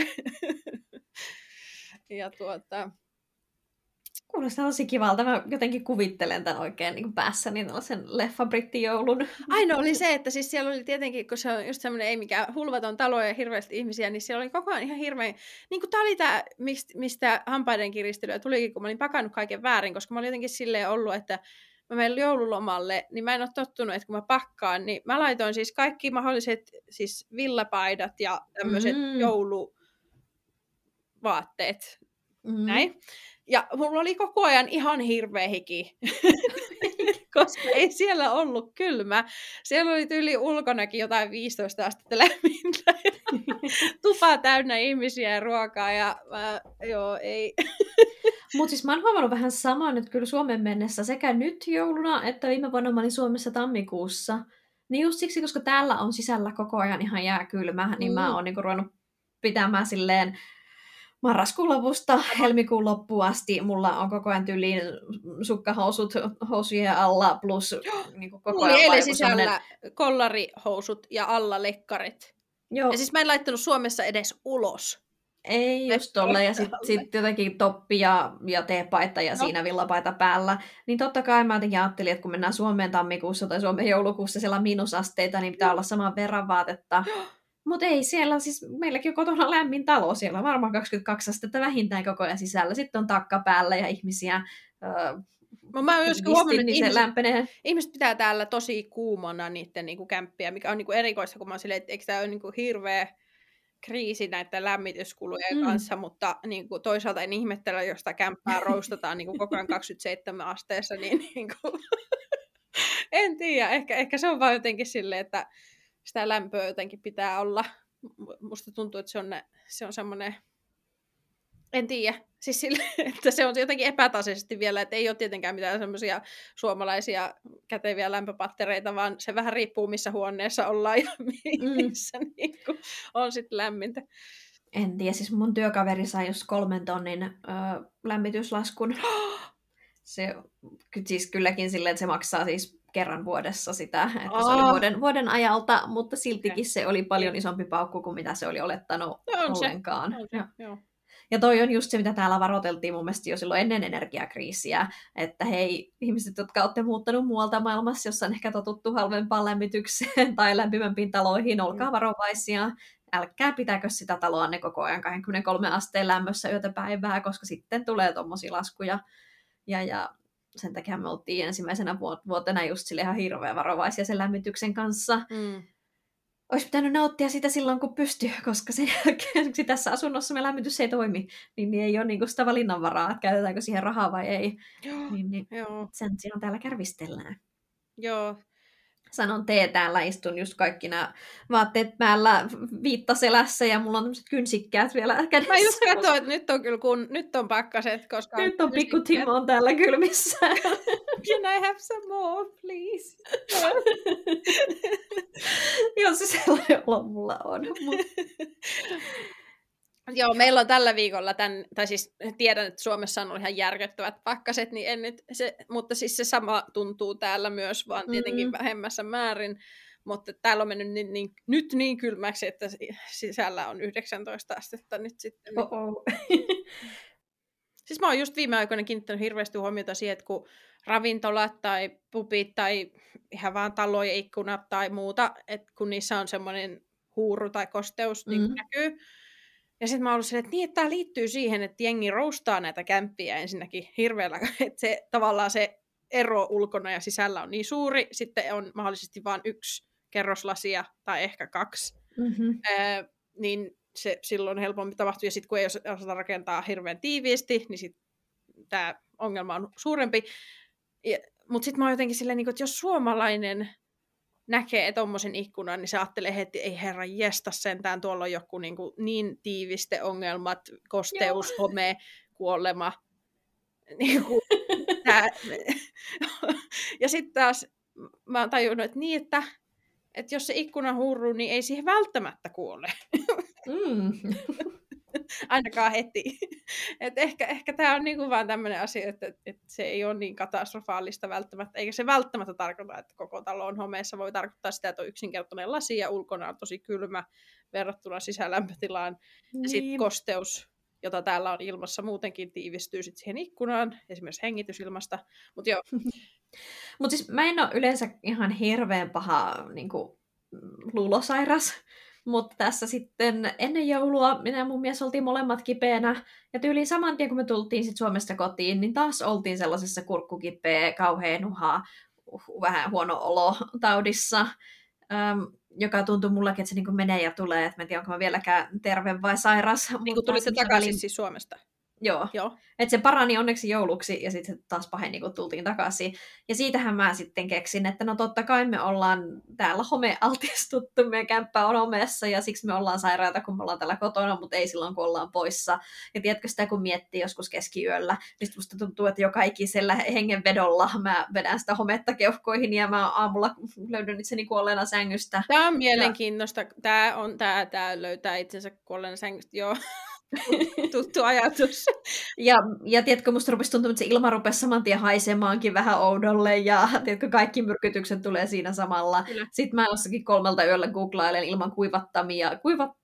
Ja kuulostaa tosi kivalta. Mä jotenkin kuvittelen tämän oikein niin päässäni tällaisen leffabritti-joulun. Ainoa oli se, että siis siellä oli tietenkin, kun se on just semmoinen ei mikään hulvaton talo ja hirveästi ihmisiä, niin siellä oli koko ajan ihan hirveän, niin kuin tämä oli tämä, mistä hampaiden kiristelyä tulikin, kun mä olin pakannut kaiken väärin, koska mä olin jotenkin silleen ollut, että mä menen joululomalle, niin mä en ole tottunut, että kun mä pakkaan, niin mä laitoin siis kaikki mahdolliset siis villapaidat ja tämmöiset jouluvaatteet. Näin. Ja mulla oli koko ajan ihan hirveä hiki, koska ei siellä ollut kylmä. Siellä oli tyyli ulkonakin jotain 15 astetta lämmintä. Tupa täynnä ihmisiä ja ruokaa ja ei. Mutta siis mä oon huomannut vähän samaa nyt kyllä Suomen mennessä sekä nyt jouluna, että viime vuonna mä olin Suomessa tammikuussa. Niin just siksi, koska täällä on sisällä koko ajan ihan jääkylmä, niin mä oon niinku ruvennut pitämään silleen marraskuun lopusta helmikuun loppuun asti. Mulla on koko ajan tyyliin sukkahousut housujen alla plus niinku koko ajan eilen sisällä kollarihousut ja alla lekkarit. Joo. Ja siis mä en laittanut Suomessa edes ulos. Ei just tolle, ja sit jotenkin toppi ja teepaita ja siinä villapaita päällä. Niin totta kai mä jotenkin ajattelin, että kun mennään Suomeen tammikuussa tai Suomeen joulukuussa, siellä on miinusasteita, niin pitää olla saman verran vaatetta. Mutta ei siellä, siis meilläkin on kotona lämmin talo, siellä on varmaan 22 astetta vähintään koko ajan sisällä. Sitten on takka päällä ja ihmisiä mä oon joskus huomannut, niin se lämpenee. Ihmiset pitää täällä tosi kuumana niiden niinku kämppiä, mikä on niinku erikoista, kun mä oon silleen, että eikö tää ole niinku hirveä kriisi näiden lämmityskulujen kanssa, mutta niin kuin toisaalta en ihmettele, jos sitä kämppää roustataan niin kuin koko ajan 27 asteessa, niin kuin, en tiedä. Ehkä se on vaan jotenkin silleen, että sitä lämpöä jotenkin pitää olla. Musta tuntuu, että se on semmoinen, en tiedä, siis sille, että se on jotenkin epätasaisesti vielä, että ei ole tietenkään mitään semmoisia suomalaisia käteviä lämpöpattereita, vaan se vähän riippuu, missä huoneessa ollaan ja missä niin kuin on sitten lämmintä. En tiedä, siis mun työkaveri sai just 3 tonnin lämmityslaskun. Se siis kylläkin silleen, että se maksaa siis kerran vuodessa sitä, että se oli vuoden ajalta, mutta siltikin se oli paljon isompi paukku kuin mitä se oli olettanut ollenkaan. Joo. Ja toi on just se, mitä täällä varoiteltiin mun mielestä jo silloin ennen energiakriisiä, että hei, ihmiset, jotka olette muuttanut muualta maailmassa, jossa on ehkä totuttu halvempaan lämmitykseen tai lämpimämpiin taloihin, olkaa varovaisia. Älkää pitääkö sitä taloanne koko ajan 23 asteen lämmössä yötä päivää, koska sitten tulee tommosia laskuja. Ja sen takia me oltiin ensimmäisenä vuotena just sille ihan hirveän varovaisia sen lämmityksen kanssa. Olisi pitänyt nauttia sitä silloin, kun pystyy, koska sen jälkeen, kun tässä asunnossa me lämmitys ei toimi, niin ei ole niinku sitä valinnanvaraa, että käytetäänkö siihen rahaa vai ei. Joo. Sen silloin täällä kärvistellään. Joo. Sanon täällä istun just kaikki nämä vaatteet päällä viittaselässä ja mulla on tämmöiset kynsikkäät vielä kädessä. Mä just katsoin, että nyt on kyllä nyt on pakkaset, koska nyt on pikku Timo on täällä kylmissä. Can I have some more, please? Jos se sellainen olo mulla on. Joo, meillä on tällä viikolla, tai siis tiedän, että Suomessa on ollut ihan järkyttävät pakkaset, niin mutta siis se sama tuntuu täällä myös, vaan tietenkin vähemmässä määrin. Mutta täällä on mennyt nyt niin kylmäksi, että sisällä on 19 astetta nyt sitten. Siis mä oon just viime aikoina kiinnittänyt hirveästi huomiota siihen, että kun ravintolat tai pubit tai ihan vaan talojen ikkunat tai muuta, että kun niissä on semmoinen huuru tai kosteus niin näkyy. Ja sitten mä oon ollut silleen, että tämä liittyy siihen, että jengi roustaa näitä kämppiä ensinnäkin hirveällä, että se tavallaan se ero ulkona ja sisällä on niin suuri, sitten on mahdollisesti vain 1 kerroslasia tai ehkä 2, niin se silloin helpommin tapahtuu. Ja sitten kun ei osata rakentaa hirveän tiiviisti, niin sitten tämä ongelma on suurempi. Mutta sitten mä oon jotenkin silleen, että jos suomalainen näkee tommosen ikkunan, niin se ajattelee heti, ei herra jesta sentään, tuolla on joku niin tiivisteongelmat, kosteus, home, kuolema. Ja sitten taas mä oon tajunnut, että niin, että jos se ikkuna hurruu, niin ei siihen välttämättä kuole. Ainakaan heti. Et ehkä tämä on niinku vaan tämmöinen asia, että se ei ole niin katastrofaalista välttämättä, eikä se välttämättä tarkoita, että koko talo on homeessa. Voi tarkoittaa sitä, että on yksinkertainen lasi ja ulkona on tosi kylmä verrattuna sisälämpötilaan. Ja sitten kosteus, jota täällä on ilmassa muutenkin, tiivistyy sit siihen ikkunaan, esimerkiksi hengitysilmasta. Mutta joo. Mutta siis mä en ole yleensä ihan hirveän paha niinku, luulosairas. Mutta tässä sitten ennen joulua minä ja mun mies oltiin molemmat kipeänä. Ja tyyliin saman tien, kun me tultiin sit Suomesta kotiin, niin taas oltiin sellaisessa kurkkukipeä, kauhean vähän huono olo taudissa, joka tuntui mullakin, että se niinku menee ja tulee. Et mä en tiedä, onko mä vieläkään terve vai sairas. Niin kun tulitte takaisin siis Suomesta? Joo. Että se parani onneksi jouluksi ja sitten se taas paheni, kun tultiin takaisin. Ja siitähän mä sitten keksin, että no totta kai me ollaan täällä homealtistuttu, meidän kämppä on homeessa ja siksi me ollaan sairaita, kun me ollaan täällä kotona, mutta ei silloin, kun ollaan poissa. Ja tiedätkö sitä, kun miettii joskus keskiyöllä, niin musta tuntuu, että joka ikisellä hengenvedolla mä vedän sitä hometta keuhkoihin ja mä aamulla löydän itseni kuolleena sängystä. Tämä on mielenkiintoista. Tämä löytää itsensä kuolleena sängystä, joo. Tuttu ajatus. Ja tiedätkö, musta rupesi tuntua, että se ilma rupesi saman tien haisemaankin vähän oudolle, ja tiedätkö, kaikki myrkytykset tulee siinä samalla. Kyllä. Sitten mä jossakin 3 yöllä googlailen ilman kuivattamia,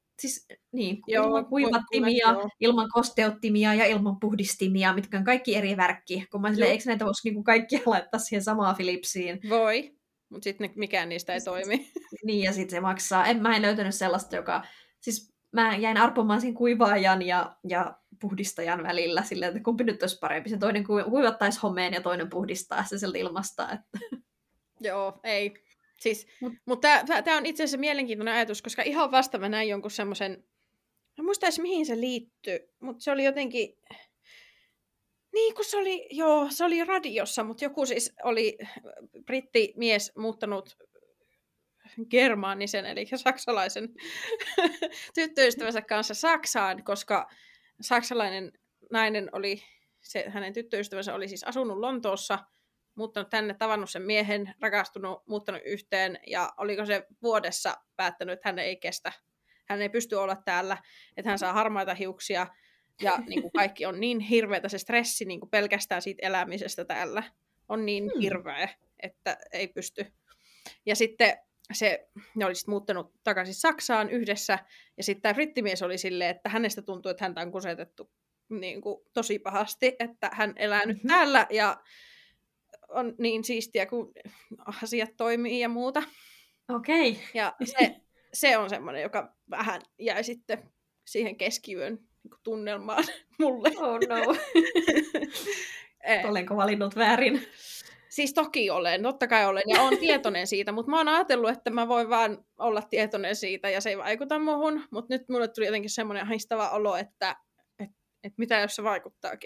ilman kuivattimia, ilman kosteuttimia ja ilman puhdistimia, mitkä on kaikki eri värkki. Kun mä silleen, eikö näitä voisi niinku kaikkia laittaa siihen samaan Philipsiin? Voi, mutta sitten mikään niistä ei toimi. Niin, ja sitten se maksaa. Mä en löytänyt sellaista, joka... Siis mä jäin arpomaan siinä kuivaajan ja puhdistajan välillä silleen, että kumpi nyt olisi parempi. Se toinen kuivattaisi homeen ja toinen puhdistaa se sieltä ilmasta. Että... Joo, ei. Siis, mutta tämä on itse asiassa mielenkiintoinen ajatus, koska ihan vasta mä näin jonkun semmoisen Mä muistan edes mihin se liittyi, mutta se oli jotenkin... Niin kun se oli radiossa, mutta joku siis oli brittimies muuttanut germaanisen, eli saksalaisen tyttöystävänsä kanssa Saksaan, koska saksalainen nainen oli, hänen tyttöystävänsä oli siis asunut Lontoossa, muuttanut tänne, tavannut sen miehen, rakastunut, muuttanut yhteen, ja oliko se vuodessa päättänyt, että hän ei kestä, hän ei pysty olla täällä, että hän saa harmaita hiuksia, ja niin kuin kaikki on niin hirveätä, se stressi niin kuin pelkästään siitä elämisestä täällä on niin hirveä, että ei pysty. Ja sitten ne oli muuttanut takaisin Saksaan yhdessä, ja sitten tämä brittimies oli silleen, että hänestä tuntuu, että häntä on kusetettu niin kuin tosi pahasti, että hän elää nyt täällä, ja on niin siistiä, kun asiat toimii ja muuta. Okei. Okay. Ja se on semmoinen, joka vähän jäi sitten siihen keskiyön tunnelmaan mulle. Oh no. Olenko valinnut väärin? Siis toki olen, totta kai olen, ja olen tietoinen siitä, mutta mä oon ajatellut, että mä voin vaan olla tietoinen siitä, ja se ei vaikuta muhun, mutta nyt mulle tuli jotenkin semmoinen ahistava olo, että mitä jos se vaikuttaakin.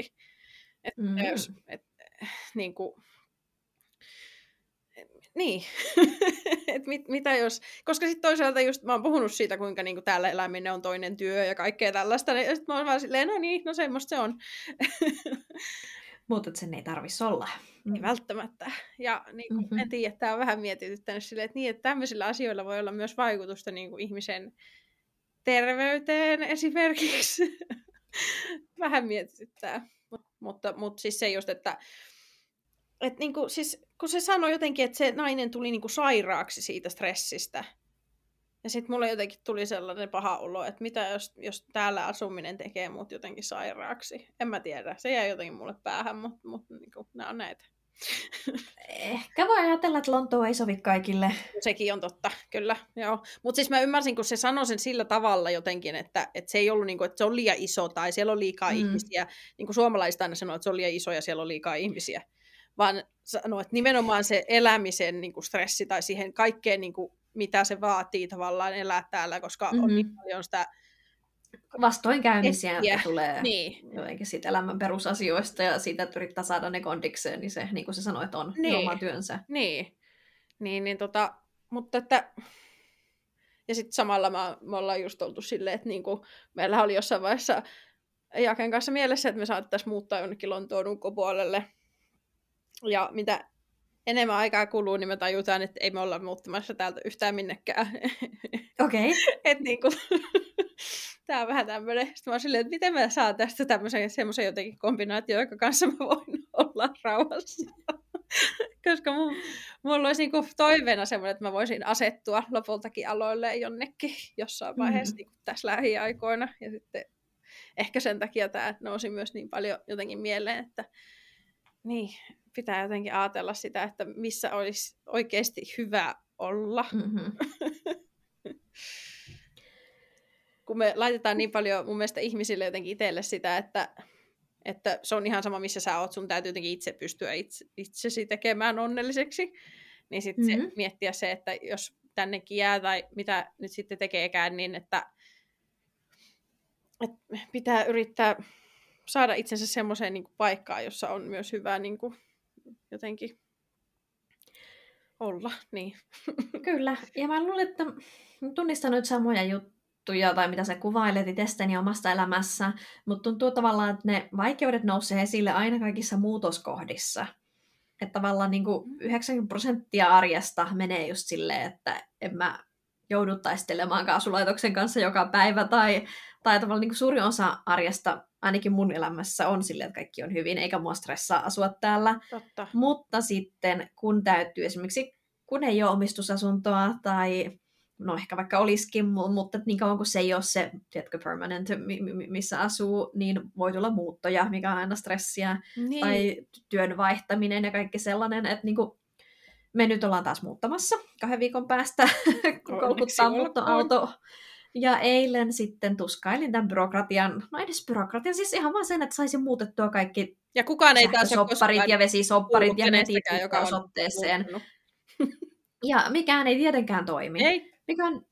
Niin kuin... Niin, mitä jos, koska sitten toisaalta just mä oon puhunut siitä, kuinka niinku täällä eläminen on toinen työ ja kaikkea tällaista, ja sitten mä oon vaan silleen, no niin, no semmoista se on. Mutta sen ei tarvitsisi olla. Ei välttämättä. Ja niin en tiedä, tämä on vähän mietityttänyt silleen, että, niin, että tämmöisillä asioilla voi olla myös vaikutusta niin kuin ihmisen terveyteen esimerkiksi. Vähän mietityttää. Mutta siis se just, että niinku, siis, kun se sanoi jotenkin, että se nainen tuli niinku sairaaksi siitä stressistä. Ja sitten mulle jotenkin tuli sellainen paha olo, että mitä jos täällä asuminen tekee mut jotenkin sairaaksi. En mä tiedä. Se jäi jotenkin mulle päähän, mutta niinku, nämä on näitä. Ehkä voi ajatella, että Lontoo ei sovi kaikille. Sekin on totta, kyllä. Mutta siis mä ymmärsin, kun se sanoi sen sillä tavalla jotenkin, että se ei ollut, niinku, että se on liian iso tai siellä on liikaa ihmisiä. Niin kuin suomalaiset aina sanoo, että se on liian iso ja siellä on liikaa ihmisiä. Vaan sanoo, että nimenomaan se elämisen niin kuin stressi tai siihen kaikkeen, niin kuin, mitä se vaatii tavallaan elää täällä, koska on niin paljon sitä vastoinkäymisiä, jotka tulee jotenkin siitä elämän perusasioista ja siitä, että yrittää saada ne kondikseen, niin se, niin kuin sä sanoit, on oma työnsä. Mutta että... Ja sitten samalla me ollaan just oltu silleen, että niinku, meillä oli jossain vaiheessa Jaken kanssa mielessä, että me saattaisiin muuttaa jonnekin Lontoon ulkopuolelle. Ja mitä enemmän aikaa kuluu, niin me tajutaan, että ei me olla muuttamassa täältä yhtään minnekään. Okei. Että niinku, tää on vähän tämmönen. Sitten mä oon silleen, että miten mä saan tästä semmoisen jotenkin kombinaatio, joka kanssa mä voin olla rauhassa. Koska mulla olisi niinku toiveena semmoinen, että mä voisin asettua lopultakin aloille jonnekin jossain vaiheessa niin tässä lähiaikoina. Ja sitten ehkä sen takia tämä nousi myös niin paljon jotenkin mieleen, että niin, pitää jotenkin ajatella sitä, että missä olisi oikeasti hyvä olla. Kun me laitetaan niin paljon mun mielestä ihmisille jotenkin itselle sitä, että se on ihan sama, missä sä oot, sun täytyy jotenkin itse pystyä itsesi tekemään onnelliseksi. Niin sitten se miettiä se, että jos tännekin jää tai mitä nyt sitten tekeekään, niin että pitää yrittää saada itsensä semmoiseen niin kuin paikkaan, jossa on myös hyvä niin kuin, jotenkin olla. Niin. Kyllä. Ja mä luulen, että tunnistan nyt samoja juttuja, tai mitä sä kuvailet itsestäni omasta elämässä, mutta tuntuu tavallaan, että ne vaikeudet nousee esille aina kaikissa muutoskohdissa. Että tavallaan niin kuin 90% arjesta menee just silleen, että en mä joudu taistelemaan kaasulaitoksen kanssa joka päivä, tai tavallaan niin kuin suurin osa arjesta, ainakin mun elämässä, on silleen, että kaikki on hyvin, eikä mua stressaa asua täällä. Totta. Mutta sitten, kun täytyy esimerkiksi, kun ei ole omistusasuntoa, tai no ehkä vaikka olisikin, mutta niin kauan kuin se ei ole se, tiedätkö, permanent, missä asuu, niin voi tulla muuttoja, mikä on aina stressiä, tai työn vaihtaminen ja kaikki sellainen, että niin kuin me nyt ollaan taas muuttamassa 2 viikon päästä, kun kolkuttaa muuttoauto. Ja eilen sitten tuskailin tämän byrokratian, no edes byrokratian, siis ihan vaan sen, että saisin muutettua kaikki ja kukaan ei taas sopparit ja vesisopparit ja netit osoitteeseen. Ja mikään ei tietenkään toimi. Ei. Mikä on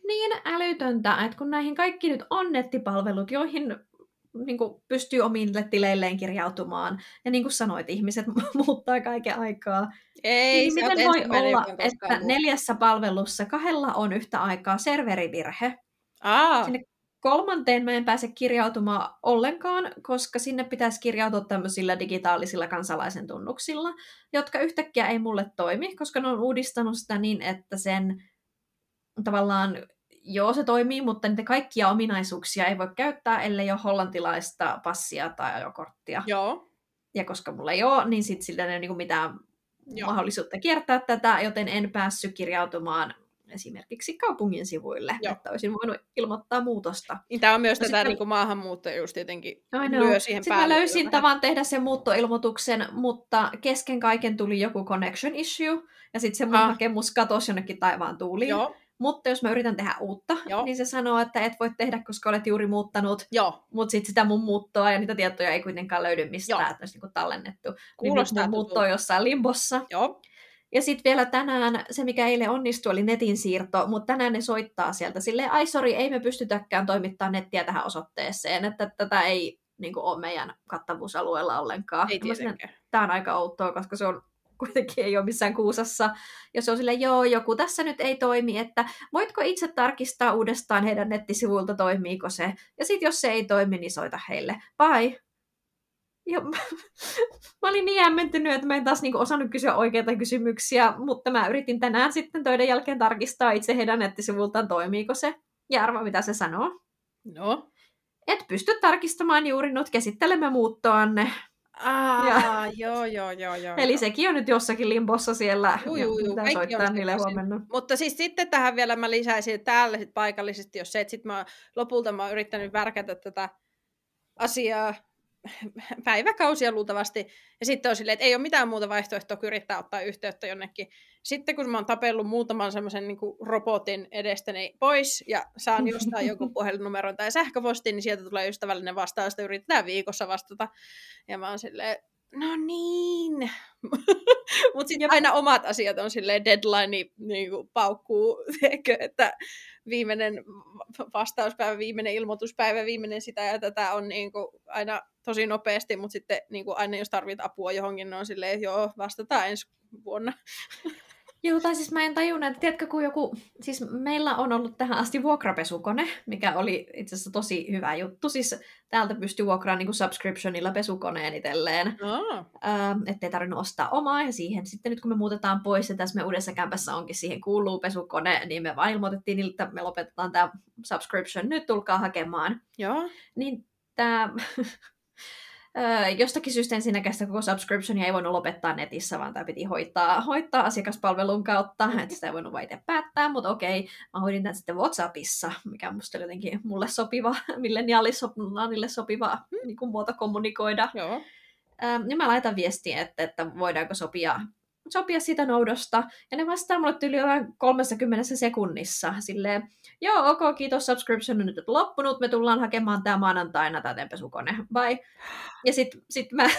niin älytöntä, että kun näihin kaikki nyt on nettipalvelut, joihin niin kuin pystyy omille tileilleen kirjautumaan, ja niin kuin sanoit, ihmiset muuttaa kaiken aikaa, Ei, niin se miten on voi ensimmäinen, olla, joka on koskaan että 4 palvelussa 2 on yhtä aikaa serverivirhe? Sinne 3. mä en pääse kirjautumaan ollenkaan, koska sinne pitäisi kirjautua tämmöisillä digitaalisilla kansalaisen tunnuksilla, jotka yhtäkkiä ei mulle toimi, koska ne on uudistanut sitä niin, että sen tavallaan, joo se toimii, mutta niitä kaikkia ominaisuuksia ei voi käyttää, ellei ole hollantilaista passia tai ajokorttia. Joo. Ja koska mulla ei ole, niin sitten sillä ei ole niin mitään mahdollisuutta kiertää tätä, joten en päässyt kirjautumaan esimerkiksi kaupungin sivuille, että olisin voinut ilmoittaa muutosta. Tämä on myös tätä niin maahanmuuttajuus tietenkin lyö siihen sitten päälle. Mä löysin tavan tehdä sen muuttoilmoituksen, mutta kesken kaiken tuli joku connection issue, ja sitten se mun hakemus katosi jonnekin taivaan tuuliin. Joo. Mutta jos mä yritän tehdä uutta, niin se sanoo, että et voi tehdä, koska olet juuri muuttanut. Mutta sitten sitä mun muuttoa ja niitä tietoja ei kuitenkaan löydy mistään, että olisi niinku tallennettu. Kuulostaa niin mun muutto on jossain limbossa. Joo. Ja sitten vielä tänään, se mikä eilen onnistui, oli netin siirto, mutta tänään ne soittaa sieltä silleen, ai sori, ei me pystytäkään toimittamaan nettiä tähän osoitteeseen, että tätä ei niin ole meidän kattavuusalueella ollenkaan. Tämä on aika outoa, koska se on kuitenkin ei ole missään Kuusassa. Ja se on silleen, joo, joku tässä nyt ei toimi, että voitko itse tarkistaa uudestaan heidän nettisivuilta, toimiiko se. Ja sitten jos se ei toimi, niin soita heille. Bye. Ja mä olin niin hämmentynyt, että mä en taas niinku osannut kysyä oikeita kysymyksiä, mutta mä yritin tänään sitten töiden jälkeen tarkistaa itse heidän nettisivultaan, toimiiko se. Ja arva, mitä se sanoo. No. Et pysty tarkistamaan juuri nyt, käsittelemme muuttoanne. Joo. Eli sekin on nyt jossakin limbossa siellä. Pitää soittaa niille huomenna. Mutta siis sitten tähän vielä mä lisäisin täällä sit paikallisesti, jos se, että sitten lopulta mä oon yrittänyt värkätä tätä asiaa päiväkausia luultavasti, ja sitten on silleen, että ei ole mitään muuta vaihtoehtoa kuin yrittää ottaa yhteyttä jonnekin. Sitten kun mä oon tapellut muutaman semmoisen niin kuin robotin edestäni pois, ja saan jostain joku puhelinnumeron tai sähköpostin, niin sieltä tulee ystävällinen vastaus, sitä yritetään viikossa vastata. Ja mä oon silleen, no niin. Mutta sitten aina omat asiat on silleen deadline, niin kuin paukkuu, että viimeinen vastauspäivä, viimeinen ilmoituspäivä, viimeinen sitä ja tätä on niin kuin aina tosi nopeasti, mutta sitten niin kuin aina jos tarvit apua johonkin, on silleen, että joo, vastataan ensi vuonna. Joo, tai siis mä en tajunnut, että tiedätkö, kun joku, siis meillä on ollut tähän asti vuokrapesukone, mikä oli itse asiassa tosi hyvä juttu. Siis täältä pystyy vuokraamaan niin kuin subscriptionilla pesukoneen itselleen, ettei tarvinnut ostaa omaa. Ja siihen sitten nyt kun me muutetaan pois, ja tässä me uudessa kämpässä onkin, siihen kuuluu pesukone, niin me vaan ilmoitettiin niille, että me lopetetaan tämä subscription, nyt tulkaa hakemaan. Joo. Niin tämä... Jostakin syystä ensinnäkään sitä koko subscriptionia ei voinut lopettaa netissä, vaan tämä piti hoitaa asiakaspalvelun kautta, että sitä ei voinut vaan itse päättää, mutta okei, mä hoidin tämän sitten WhatsAppissa, mikä musta oli jotenkin mulle sopiva, milleniaalille sopiva niin kuin muoto kommunikoida. Joo. Ja mä laitan viestiä, että voidaanko sopia siitä noudosta, ja ne vastaa mulle tyyli jotain 30 sekunnissa, silleen, joo, ok, kiitos, subscription on nyt loppunut, me tullaan hakemaan tää maanantaina tämä pesukone, bye. Ja sit mä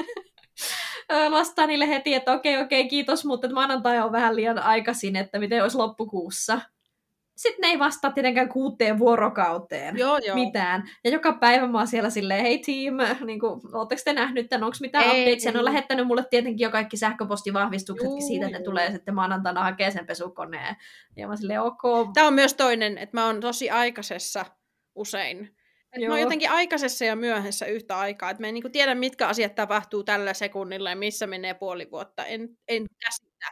vastaan niille heti, että okei, kiitos, mutta maanantai on vähän liian aikaisin, että miten olisi loppukuussa. Sitten ne ei vastaa tietenkään 6 vuorokauteen mitään. Ja joka päivä mä oon siellä silleen, hei team, niin ootteko te nähnyt tämän, onko mitään updatesia? Ne on lähettänyt mulle tietenkin jo kaikki sähköpostivahvistuksetkin siitä, että ne tulee sitten maanantaina hakee sen pesukoneen. Ja mä silleen, ok. Tämä on myös toinen, että mä oon tosi aikaisessa usein. Mä oon jotenkin aikaisessa ja myöhässä yhtä aikaa. Että mä en niin kuin tiedä, mitkä asiat tapahtuu tällä sekunnilla ja missä menee puoli vuotta. En käsitä.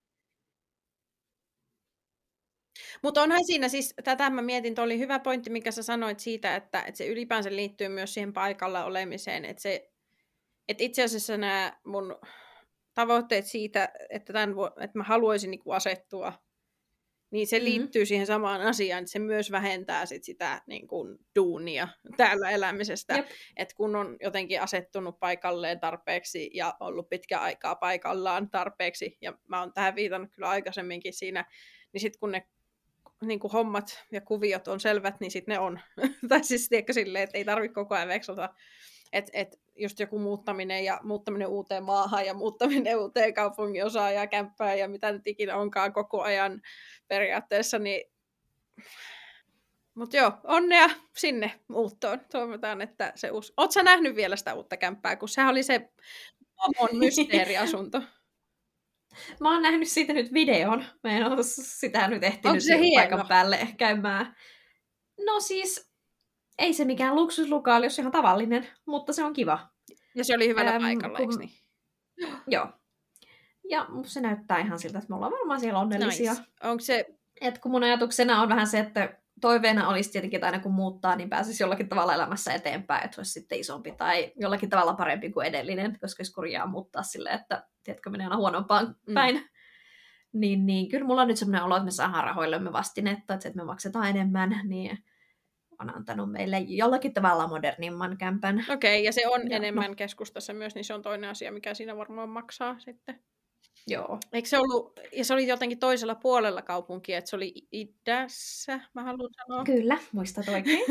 Mutta onhan siinä siis, tätä mä mietin, oli hyvä pointti, mikä sä sanoit siitä, että se ylipäänsä liittyy myös siihen paikalla olemiseen, että itse asiassa nämä mun tavoitteet siitä, että mä haluaisin niinku asettua, niin se liittyy siihen samaan asiaan, että se myös vähentää sitä niin kuin duunia täällä elämisestä, että kun on jotenkin asettunut paikalleen tarpeeksi ja ollut pitkä aikaa paikallaan tarpeeksi, ja mä oon tähän viitannut kyllä aikaisemminkin siinä, niin sitten kun ne niin kuin hommat ja kuviot on selvät, niin sitten ne on. Tai siis tiedätkö silleen, että ei tarvitse koko ajan veksota. Että just joku muuttaminen uuteen maahan ja muuttaminen uuteen kaupunginosaan ja kämppään ja mitä nyt ikinä onkaan koko ajan periaatteessa, niin Mut joo, onnea sinne muuttoon. Toivotaan, että se uusi... Oot sä nähnyt vielä sitä uutta kämppää, kun sehän oli se on mysteeriasunto. Mä oon nähnyt siitä nyt videon. Mä en ole sitä nyt ehtinyt paikan päälle käymään. No siis, ei se mikään luksuslokaali, jos ihan tavallinen, mutta se on kiva. Ja se oli hyvällä paikalla, eikö niin? Joo. Ja se näyttää ihan siltä, että me ollaan varmaan siellä onnellisia. Nice. Onko se... Et kun mun ajatuksena on vähän se, että toiveena olisi tietenkin, että aina kun muuttaa, niin pääsisi jollakin tavalla elämässä eteenpäin, että olisi sitten isompi tai jollakin tavalla parempi kuin edellinen, koska jos kurjaa muuttaa silleen, että tiedätkö, menee aina huonompaan päin. Niin kyllä mulla on nyt semmoinen olo, että me saadaan rahoillemme vastinetta, että me maksetaan enemmän, niin on antanut meille jollakin tavalla modernimman kämpän. Okei, ja se on enemmän keskustassa myös, niin se on toinen asia, mikä siinä varmaan maksaa sitten. Joo. Eikö se ollut, ja se oli jotenkin toisella puolella kaupunkia, että se oli idässä, mä haluan sanoa. Kyllä, muistat oikein.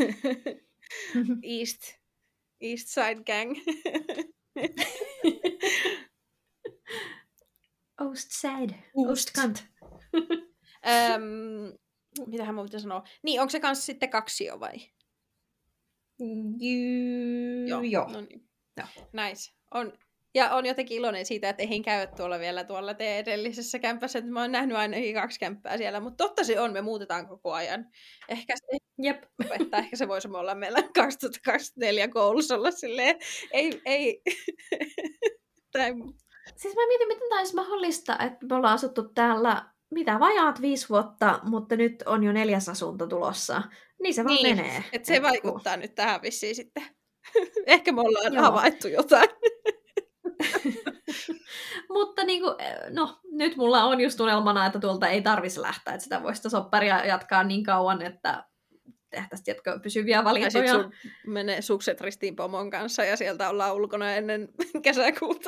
East Side Gang. Oast Side. Ostkant. Mitähän mä pitäisi sanoa? Niin, onko se kanssa sitten 2 jo vai? Joo. No niin. Nice. Ja on jotenkin iloinen siitä, että eihin käy tuolla teidän edellisessä kämpässä. Että mä oon nähnyt ainakin 2 kämppää siellä, mutta totta se on, me muutetaan koko ajan. Ehkä se voisi olla meillä 2024 koulussa olla silleen, ei. Siis mä mietin, miten tämä olisi mahdollista, että me ollaan asuttu täällä vajaat 5 vuotta, mutta nyt on jo 4. asunto tulossa. Niin se vaan menee. Että se vaikuttaa nyt tähän vissiin sitten. Ehkä me ollaan havaittu jotain. Mutta niin kuin, nyt mulla on just unelmana, että tuolta ei tarvitsisi lähteä. Että sitä voisi sitä sopparia jatkaa niin kauan, että tehtäisiin pysyviä valintoja. Ja sitten menee sukset ristiin pomon kanssa ja sieltä ollaan ulkona ennen kesäkuuta.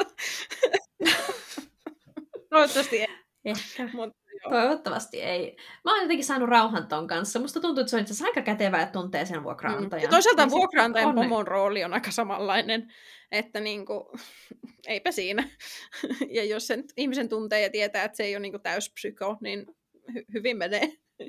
Toivottavasti ei. Ehkä. Toivottavasti ei. Mä oon jotenkin saanut rauhan ton kanssa. Musta tuntuu, että se on itse asiassa aika kätevää, että tuntee sen vuokraantajan. Ja toisaalta vuokraantajan pomon rooli on aika samanlainen, että niinku, eipä siinä. Ja jos sen ihmisen tuntee ja tietää, että se ei ole niinku täyspsyko, niin hyvin menee.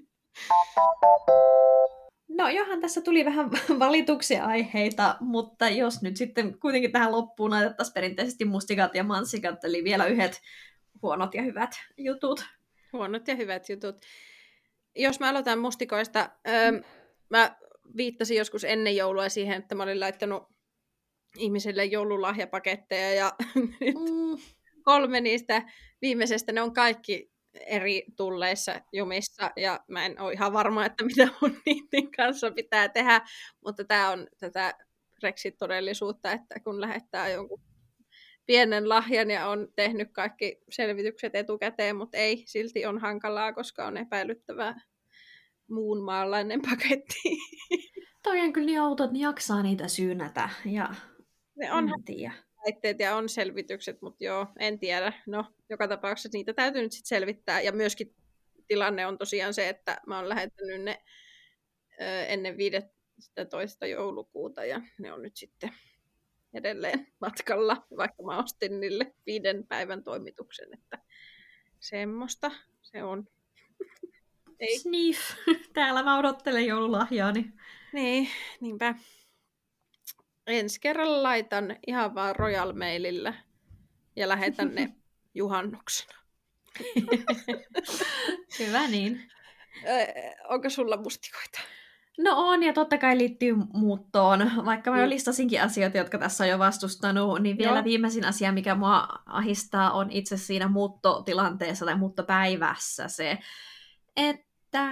No johan tässä tuli vähän valituksia aiheita, mutta jos nyt sitten kuitenkin tähän loppuun laitettaisiin perinteisesti mustikat ja mansikat, eli vielä yhdet huonot ja hyvät jutut. Huonot ja hyvät jutut. Jos mä aloitan mustikoista, mä viittasin joskus ennen joulua siihen, että mä olin laittanut ihmisille joululahjapaketteja ja nyt 3 niistä viimeisestä, ne on kaikki eri tulleissa jumissa ja mä en ole ihan varma, että mitä mun niiden kanssa pitää tehdä, mutta tää on tätä Brexit-todellisuutta, että kun lähettää jonkun pienen lahjan ja on tehnyt kaikki selvitykset etukäteen, mutta ei, silti on hankalaa, koska on epäilyttävää muunmaalainen paketti. Toi on kyllä niin outo, että ne jaksaa niitä syynätä. Ja ne on laitteet ja on selvitykset, mutta joo, en tiedä. No, joka tapauksessa niitä täytyy nyt sitten selvittää. Ja myöskin tilanne on tosiaan se, että mä oon lähettänyt ne ennen 15. joulukuuta ja ne on nyt sitten edelleen matkalla, vaikka mä ostin niille 5 päivän toimituksen, että semmoista se on. Ei. Sniff. Täällä mä odottelen joululahjaani. Niin, niinpä. Ensi kerralla laitan ihan vaan Royal Mailillä ja lähetän ne juhannuksena. Hyvä niin. Onko sulla mustikoita? No on, ja totta kai liittyy muuttoon. Vaikka mä jo listasinkin asioita, jotka tässä on jo vastustanut, niin vielä viimeisin asia, mikä mua ahistaa, on itse siinä muuttotilanteessa tai muuttopäivässä se, että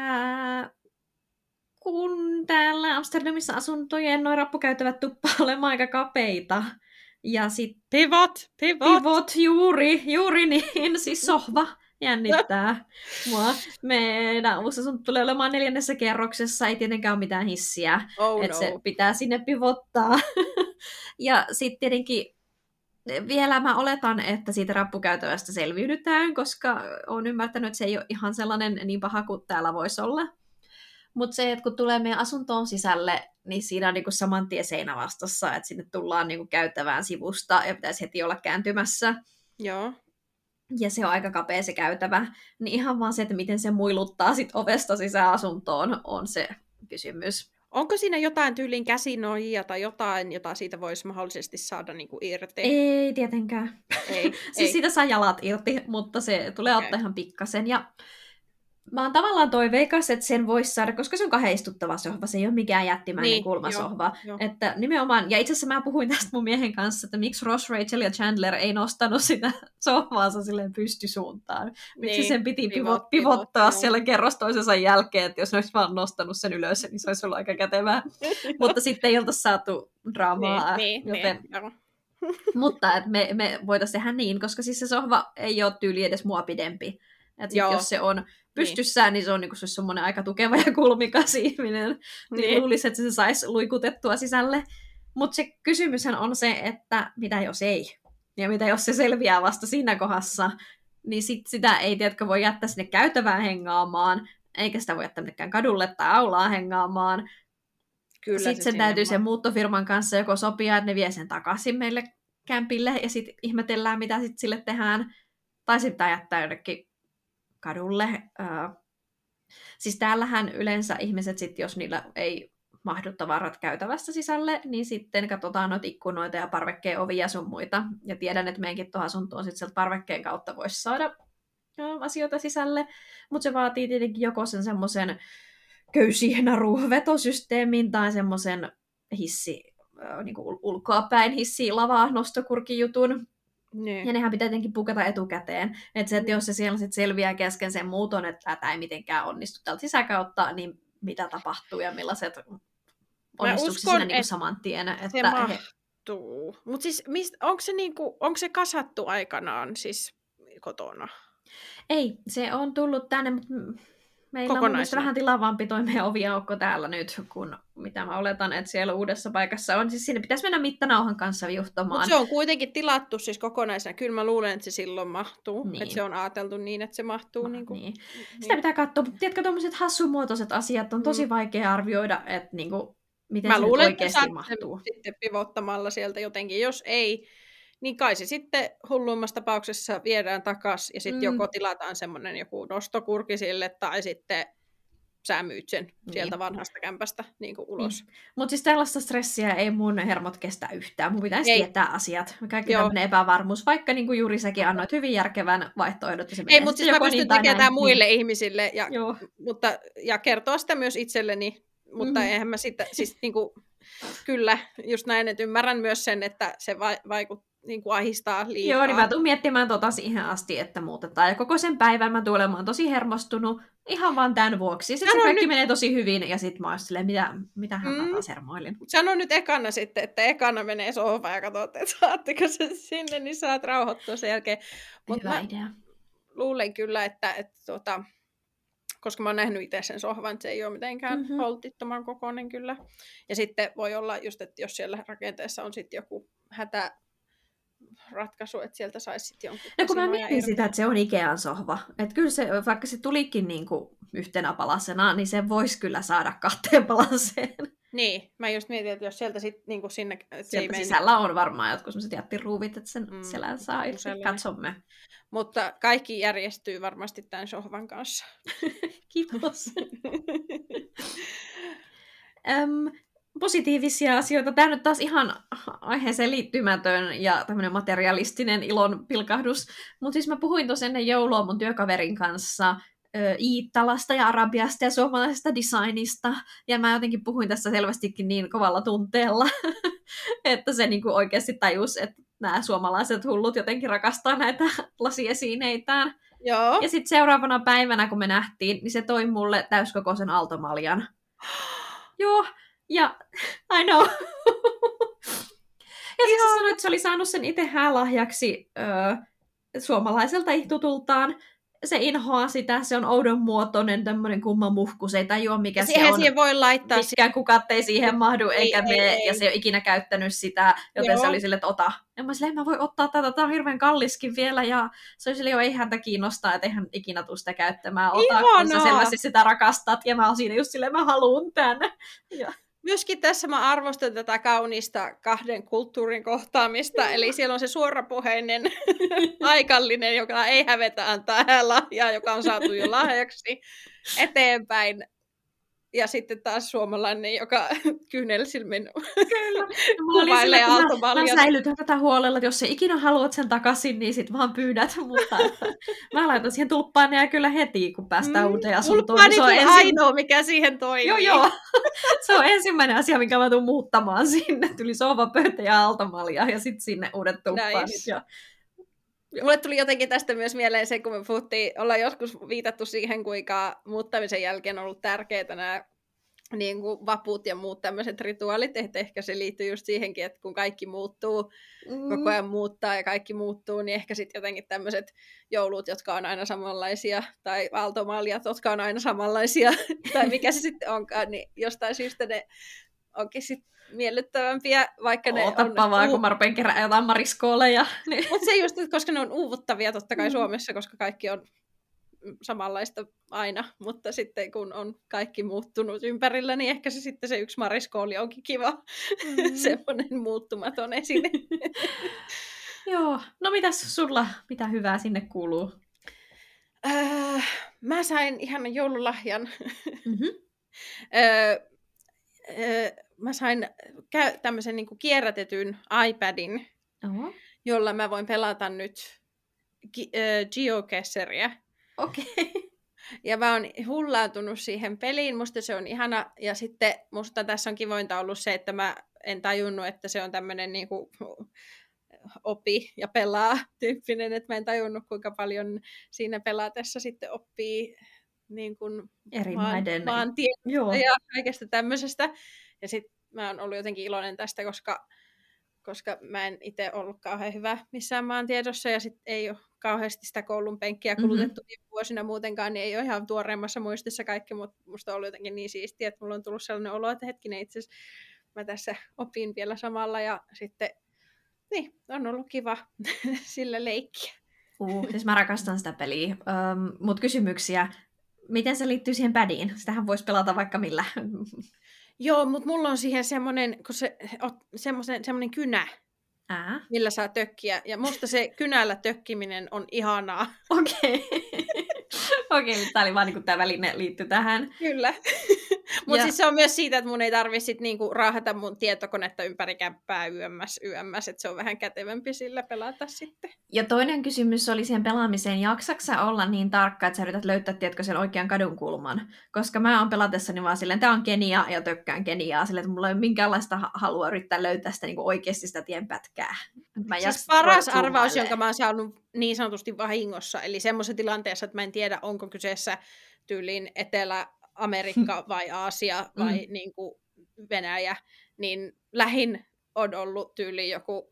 kun täällä Amsterdamissa asuntojen noin rappukäytävät tuppaa olemaan aika kapeita, ja sitten pivot, juuri niin, siis sohva. Jännittää mua. Meidän uusi asunto tulee olemaan 4. kerroksessa, ei tietenkään ole mitään hissiä. Että se pitää sinne pivottaa. Ja sitten tietenkin vielä mä oletan, että siitä rappukäytävästä selviydytään, koska olen ymmärtänyt, että se ei ole ihan sellainen niin paha kuin täällä voisi olla. Mutta se, että kun tulee meidän asuntoon sisälle, niin siinä on niinku saman tien seinä vastassa, että sinne tullaan niinku käytävään sivusta ja pitäisi heti olla kääntymässä. Joo. ja se on aika kapea se käytävä, niin ihan vaan se, että miten se muiluttaa sit ovesta sisäasuntoon, on se kysymys. Onko siinä jotain tyylin käsinojia tai jotain, jota siitä voisi mahdollisesti saada niinku irti? Ei tietenkään. Ei. Siis siitä saa jalat irti, mutta se tulee ottaa ihan pikkasen. Ja mä oon tavallaan toiveikas, että sen voisi saada, koska se on kahden sohva, se ei ole mikään jättimäinen kulmasohva. Joo. Että nimenomaan, ja itse asiassa mä puhuin tästä mun miehen kanssa, että miksi Ross, Rachel ja Chandler ei nostanut sitä sohvaansa silleen pystysuuntaan. Miksi sen piti pivottaa siellä kerros toisensa jälkeen, että jos ne olisi vaan nostanut sen ylös, niin se olisi ollut aika kätevää. Mutta sitten ei oltaisi saatu draamaa. Joten... Mutta et me voitaisiin tehdä niin, koska siis se sohva ei ole tyyli edes mua pidempi. Että jos se on pystyssään, niin se on niinku semmoinen aika tukeva ja kulmikas ihminen. Niin luulisi, että se saisi luikutettua sisälle. Mutta se kysymyshän on se, että mitä jos ei? Ja mitä jos se selviää vasta siinä kohdassa? Niin sitä ei, tiedätkö, voi jättää sinne käytävään hengaamaan, eikä sitä voi jättää minnekään kadulle tai aulaan hengaamaan. Sitten sen täytyy sen muuttofirman kanssa joko sopia, että ne vie sen takaisin meille kämpille, ja sitten ihmetellään, mitä sitten sille tehdään. Tai sitten jättää jonnekin kadulle. Siis täällähän yleensä ihmiset, sit, jos niillä ei mahdu tavarat käytävästä sisälle, niin sitten katsotaan noita ikkunoita ja parvekkeen ovia sun muita. Ja tiedän, että meidänkin tuohon asuntoon sit sieltä parvekkeen kautta voisi saada asioita sisälle. Mutta se vaatii tietenkin joko sen semmoisen köysinaru-vetosysteemin tai semmoisen niinku ulkoapäin hissi-lava nostokurkijutun. Ja nehän pitää tietenkin pukata etukäteen. Että se, että jos se siellä sit selviää kesken sen muuton, että tämä ei mitenkään onnistu tältä sisäkautta, niin mitä tapahtuu ja millaiset onnistuuko siinä niinku saman tien. Että se mahtuu. Mutta siis onko se kasattu aikanaan siis kotona? Ei, se on tullut tänne, mutta meillä on mielestäni vähän tilavampi toi meidän oviaukko täällä nyt, kuin mitä mä oletan, että siellä uudessa paikassa on. Siis sinne pitäisi mennä mittanauhan kanssa viuhtomaan. Mutta se on kuitenkin tilattu siis kokonaisena. Kyllä mä luulen, että se silloin mahtuu. Niin. Että se on ajateltu niin, että se mahtuu. Niin. Sitä pitää katsoa. Tiedätkö, tuommoiset hassumuotoiset asiat on tosi vaikea arvioida, että niinku, miten mä se luulen, oikeasti mahtuu. Sitten pivottamalla sieltä jotenkin. Jos ei, niin kai se sitten hulluimmassa tapauksessa viedään takaisin ja sitten joko tilataan semmoinen joku nostokurki sille tai sitten sä myyt sen sieltä vanhasta kämpästä niin kuin ulos. Mutta siis tällaista stressiä ei mun hermot kestä yhtään. Mun pitäisi tietää asiat. Kaikki tämmöinen epävarmuus, vaikka niin kuin juuri säkin annoit hyvin järkevän vaihtoehdot. Ei, mutta siis mä pystyn tekemään muille ihmisille ja kertoa sitä myös itselleni, mutta eihän mä sitä, siis niin kuin, kyllä just näin, että ymmärrän myös sen, että se vaikuttaa. Niin kuin ahistaa liikaa. Joo, niin mä tuun miettimään siihen asti, että muutetaan. Ja koko sen päivän mä tuun olemaan tosi hermostunut ihan vaan tämän vuoksi. Sitten se kaikki menee tosi hyvin ja sitten mä oon silleen, mitähän mä taas hermoilin. Sano nyt ekana sitten, että ekana menee sohvaan ja katsot, että saatteko se sinne, niin saat rauhoittua sen jälkeen. Hyvä idea. Luulen kyllä, että koska mä oon nähnyt itse sen sohvan, että se ei ole mitenkään holtittoman kokoinen kyllä. Ja sitten voi olla just, että jos siellä rakenteessa on sitten joku ratkaisu, että sieltä saisi sitten jonkun. No kun mä mietin sitä, että se on Ikean sohva. Että kyllä se, vaikka se tulikin niinku yhtenä palasena, niin se voisi kyllä saada 2 palaseen. Niin, mä just mietin, että jos sieltä sitten niinku sinne... Sieltä sisällä on varmaan jotkut sellaiset jättiruuvit, että sen selän saa irti. Katsomme. Mutta kaikki järjestyy varmasti tämän sohvan kanssa. Kiitos. Positiivisia asioita. Tämä nyt taas ihan aiheeseen liittymätön ja tämmöinen materialistinen ilon pilkahdus. Mutta siis mä puhuin tuossa ennen joulua mun työkaverin kanssa Iittalasta ja Arabiasta ja suomalaisesta designista. Ja mä jotenkin puhuin tässä selvästikin niin kovalla tunteella, että se niinku oikeasti tajus, että nämä suomalaiset hullut jotenkin rakastaa näitä lasiesineitään. Joo. Ja sitten seuraavana päivänä, kun me nähtiin, niin se toi mulle täyskokoisen aaltomaljan. Joo. Ja, I know. Ja siis se sanoi, että se oli saanut sen itse häälahjaksi suomalaiselta ihtutultaan. Se inhoaa sitä, se on oudon muotoinen, tämmöinen kumma muhku, se ei tajua mikä se on. Siihen voi laittaa. Mikään kukat ei siihen mahdu, eikä mene, ja se ei ole ikinä käyttänyt sitä, joten se oli silleen, että ota. Ja mä silleen, mä voin ottaa tätä, tämä on hirveän kalliskin vielä, ja se oli silleen, ei häntä kiinnostaa, että eihän ikinä tule sitä käyttämään. Ota, kun sä selvästi sitä rakastat, ja mä oon siinä just silleen, mä haluun tän. Ja Myöskin tässä mä arvostan tätä kaunista kahden kulttuurin kohtaamista, eli siellä on se suorapuheinen paikallinen, joka ei hävetä antaa lahjaa, joka on saatu jo lahjaksi eteenpäin. Ja sitten taas suomalainen, joka kyynelsilmin kuvailee aaltomaljat. Mä säilytän tätä huolella, että jos sä ikinä haluat sen takaisin, niin sit vaan pyydät. Mutta mä laitan siihen tulppaan ja kyllä heti, kun päästään uuteen asuntoon. Tulppaani on ainoa, mikä siihen toimii. Joo. Se on ensimmäinen asia, minkä mä tuun muuttamaan sinne. Tuli sohvapöytä ja aaltomalja ja sitten sinne uudet tulppaanit. Mulle tuli jotenkin tästä myös mieleen se, kun me ollaan joskus viitattu siihen, kuinka muuttamisen jälkeen on ollut tärkeää nämä niin kuin vaput ja muut tämmöiset rituaalit, että ehkä se liittyy just siihenkin, että kun kaikki muuttuu, koko ajan muuttaa ja kaikki muuttuu, niin ehkä sitten jotenkin tämmöiset joulut, jotka on aina samanlaisia, tai aaltomaljat, jotka on aina samanlaisia, tai mikä se sitten onkaan, niin jostain syystä ne onkin sitten miellyttävämpiä, vaikka ne Otapa vaan, kun mä rupean kerään jotain mariskooleja. Niin. Mutta se just, koska ne on uuvuttavia totta kai Suomessa, koska kaikki on samanlaista aina, mutta sitten kun on kaikki muuttunut ympärillä, niin ehkä se yksi mariskooli onkin kiva, semmoinen muuttumaton esine. Joo, no mitäs sulla, mitä hyvää sinne kuuluu? Mä sain ihanan joululahjan. Mä sain tämmöisen niin kuin kierrätetyn iPadin, jolla mä voin pelata nyt geocacheria. Okei. Ja mä oon hullaantunut siihen peliin, musta se on ihana. Ja sitten musta tässä on kivointa ollut se, että mä en tajunnut, että se on tämmönen niin kuin opi ja pelaa tyyppinen, että mä en tajunnut, kuinka paljon siinä pelatessa sitten oppii niin kuin eri maiden maantieteestä ja kaikesta tämmöisestä. Ja sitten mä oon ollut jotenkin iloinen tästä, koska mä en itse ollut kauhean hyvä missään maantiedossa ja sitten ei ole kauheasti sitä koulun penkkiä kulutettu vuosina muutenkaan, niin ei ole ihan tuoreimmassa muistissa kaikki, mutta musta on ollut jotenkin niin siistiä, että mulla on tullut sellainen olo, että hetkinen itse asiassa mä tässä opin vielä samalla ja sitten niin, on ollut kiva sillä leikkiä. Siis mä rakastan sitä peliä, mutta kysymyksiä. Miten se liittyy siihen pädiin? Sitähän voisi pelata vaikka millä. Joo, mutta mulla on siihen semmoinen kynä, millä saa tökkiä. Ja musta se kynällä tökkiminen on ihanaa. Okei, tämä oli vaan niin kuin tämä väline liittyy tähän. Kyllä. Mutta siis se on myös siitä, että mun ei tarvitse niinku raahata mun tietokonetta ympäri kämppää yömmäs, että se on vähän kätevämpi sillä pelata sitten. Ja toinen kysymys oli siihen pelaamiseen, jaksaksa olla niin tarkka, että sä yrität löytää, tiedätkö, sen oikean kadunkulman? Koska mä oon pelatessani vaan silleen, tää on Kenia ja tökkään Keniaa, silleen, että mulla ei ole minkäänlaista halua yrittää löytää sitä niinku oikeasti sitä tienpätkää. Siis paras arvaus, jonka mä oon saanut niin sanotusti vahingossa, eli semmoisessa tilanteessa, että mä en tiedä, onko kyseessä tyyliin Etelä-Amerikka vai Aasia vai niin kuin Venäjä, niin lähin on ollut tyyliin joku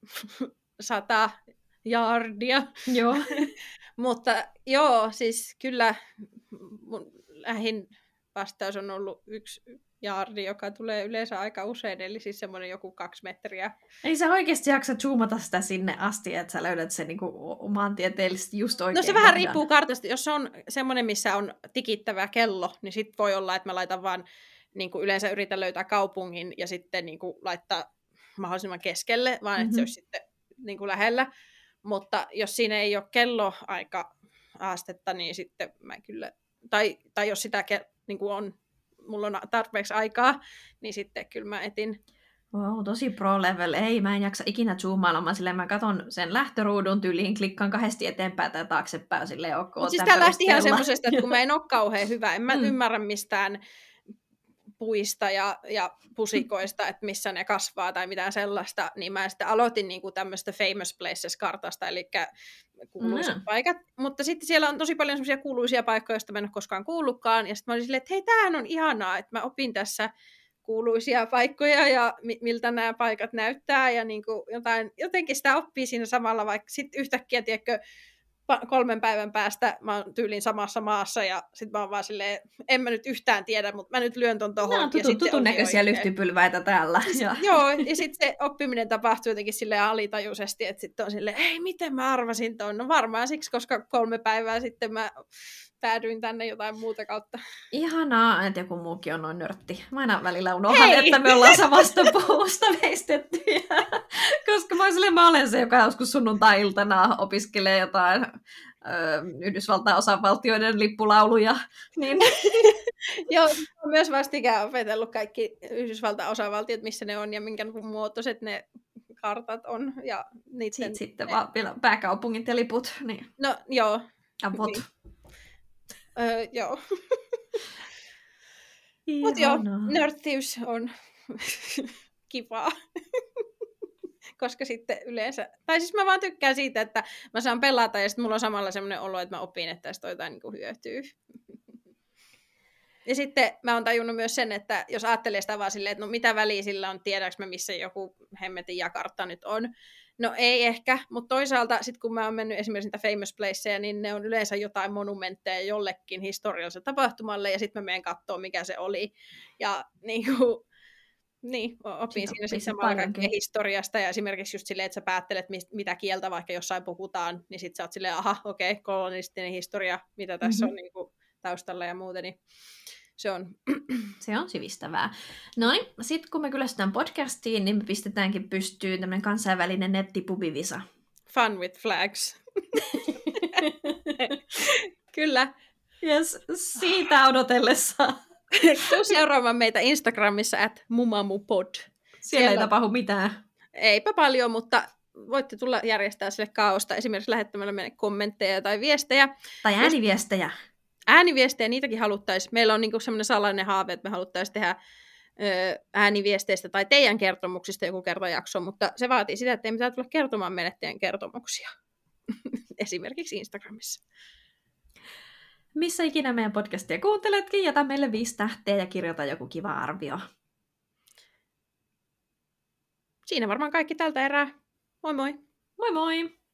100 jaardia. Joo. Mutta joo, siis kyllä mun lähin vastaus on ollut 1 jaardi, joka tulee yleensä aika usein, eli siis semmoinen joku 2 metriä. Ei sä oikeasti jaksa zoomata sitä sinne asti, että sä löydät sen niinku maantieteellisesti just oikein. No se vähän riippuu kartasta. Jos se on semmoinen, missä on tikittävä kello, niin sit voi olla, että mä laitan vaan, niin kuin yleensä yritän löytää kaupungin ja sitten niin kuin laittaa mahdollisimman keskelle, vaan että se olisi sitten niin kuin lähellä. Mutta jos siinä ei ole kelloaika-astetta, niin sitten mä kyllä, tai jos sitä niin kuin on, mulla on tarpeeksi aikaa, niin sitten kyllä mä etin. Wow, tosi pro level. Ei, mä en jaksa ikinä zoomailla. Mä katon sen lähtöruudun tyyliin, klikkaan 2 eteenpäin tai taaksepäin silleen, ok. Mutta siis tää lähti ihan semmoisesta, että kun mä en ole kauhean hyvä, en mä ymmärrä mistään puista ja pusikoista, että missä ne kasvaa tai mitään sellaista, niin mä sitten aloitin niinku tämmöistä Famous Places-kartasta, eli kuuluisat paikat. Mutta sitten siellä on tosi paljon semmoisia kuuluisia paikkoja, joista mä en ole koskaan kuullutkaan, ja sitten mä olin silleen, että hei, tämähän on ihanaa, että mä opin tässä kuuluisia paikkoja ja miltä nämä paikat näyttää, ja niinku jotenkin sitä oppii siinä samalla, vaikka sitten yhtäkkiä, tiedätkö, 3 päivän päästä mä oon tyyliin samassa maassa ja sit mä oon vaan silleen, en mä nyt yhtään tiedä, mutta mä nyt lyön ton tohon. No, tutun näköisiä lyhtypylväitä täällä. Joo, ja sitten se oppiminen tapahtuu jotenkin silleen alitajuisesti, että sitten on silleen, ei, miten mä arvasin ton? No varmaan siksi, koska 3 päivää sitten mä päädyin tänne jotain muuta kautta. Ihanaa, että joku muukin on noin nörtti. Mä aina välillä unohan, että me ollaan samasta puusta veistettyjä. Koska mä olen se, joka joskus sunnuntai-iltana opiskelee jotain Yhdysvaltain osavaltioiden lippulauluja. Niin... Joo, olen myös vastikään opetellut kaikki Yhdysvaltain osavaltiot, missä ne on ja minkä muotoiset ne kartat on. Ja niiden... Sitten vaan vielä pääkaupungit ja liput. Niin. No, joo. Avot. Niin. Joo. Mutta joo, nörttiys on kivaa. Koska sitten yleensä... Tai siis mä vaan tykkään siitä, että mä saan pelata ja sitten mulla on samalla semmoinen olo, että mä opin, että tästä jotain niin kuin hyötyy. Ja sitten mä oon tajunnut myös sen, että jos ajattelee sitä vaan silleen, että no mitä väliä sillä on, tiedäks mä missä joku hemmetin jakartta nyt on. No ei ehkä, mutta toisaalta sitten kun mä oon mennyt esimerkiksi niitä famous placeja, niin ne on yleensä jotain monumentteja jollekin historialliselle tapahtumalle, ja sitten mä menen katsoa, mikä se oli. Ja niin, opin siinä sitten samalla kaikkea historiasta, ja esimerkiksi just silleen, että sä päättelet, mitä kieltä vaikka jossain puhutaan, niin sitten sä oot silleen, aha, okei, kolonistinen historia, mitä tässä on niin kuin taustalla ja muuta, niin se on sivistävää. Noin, sitten kun me kyllästytään podcastiin, niin me pistetäänkin pystyyn tämmöinen kansainvälinen nettipubivisa. Fun with flags. Kyllä. Yes, siitä odotellessa. Tuu seuraamaan meitä Instagramissa @mumamupod. Siellä ei tapahdu mitään. Eipä paljon, mutta voitte tulla järjestää sille kaaosta esimerkiksi lähettämällä meille kommentteja tai viestejä. Tai ääniviestejä. Ääniviestejä, niitäkin haluttaisiin. Meillä on niinku semmoinen salainen haave, että me haluttaisiin tehdä ääniviesteistä tai teidän kertomuksista joku kertojakso, mutta se vaatii sitä, että ei mitään tulla kertomaan meille teidän kertomuksia. Esimerkiksi Instagramissa. Missä ikinä meidän podcastia kuunteletkin, jätä meille 5 tähteä ja kirjoita joku kiva arvio. Siinä varmaan kaikki tältä erää. Moi moi! Moi moi!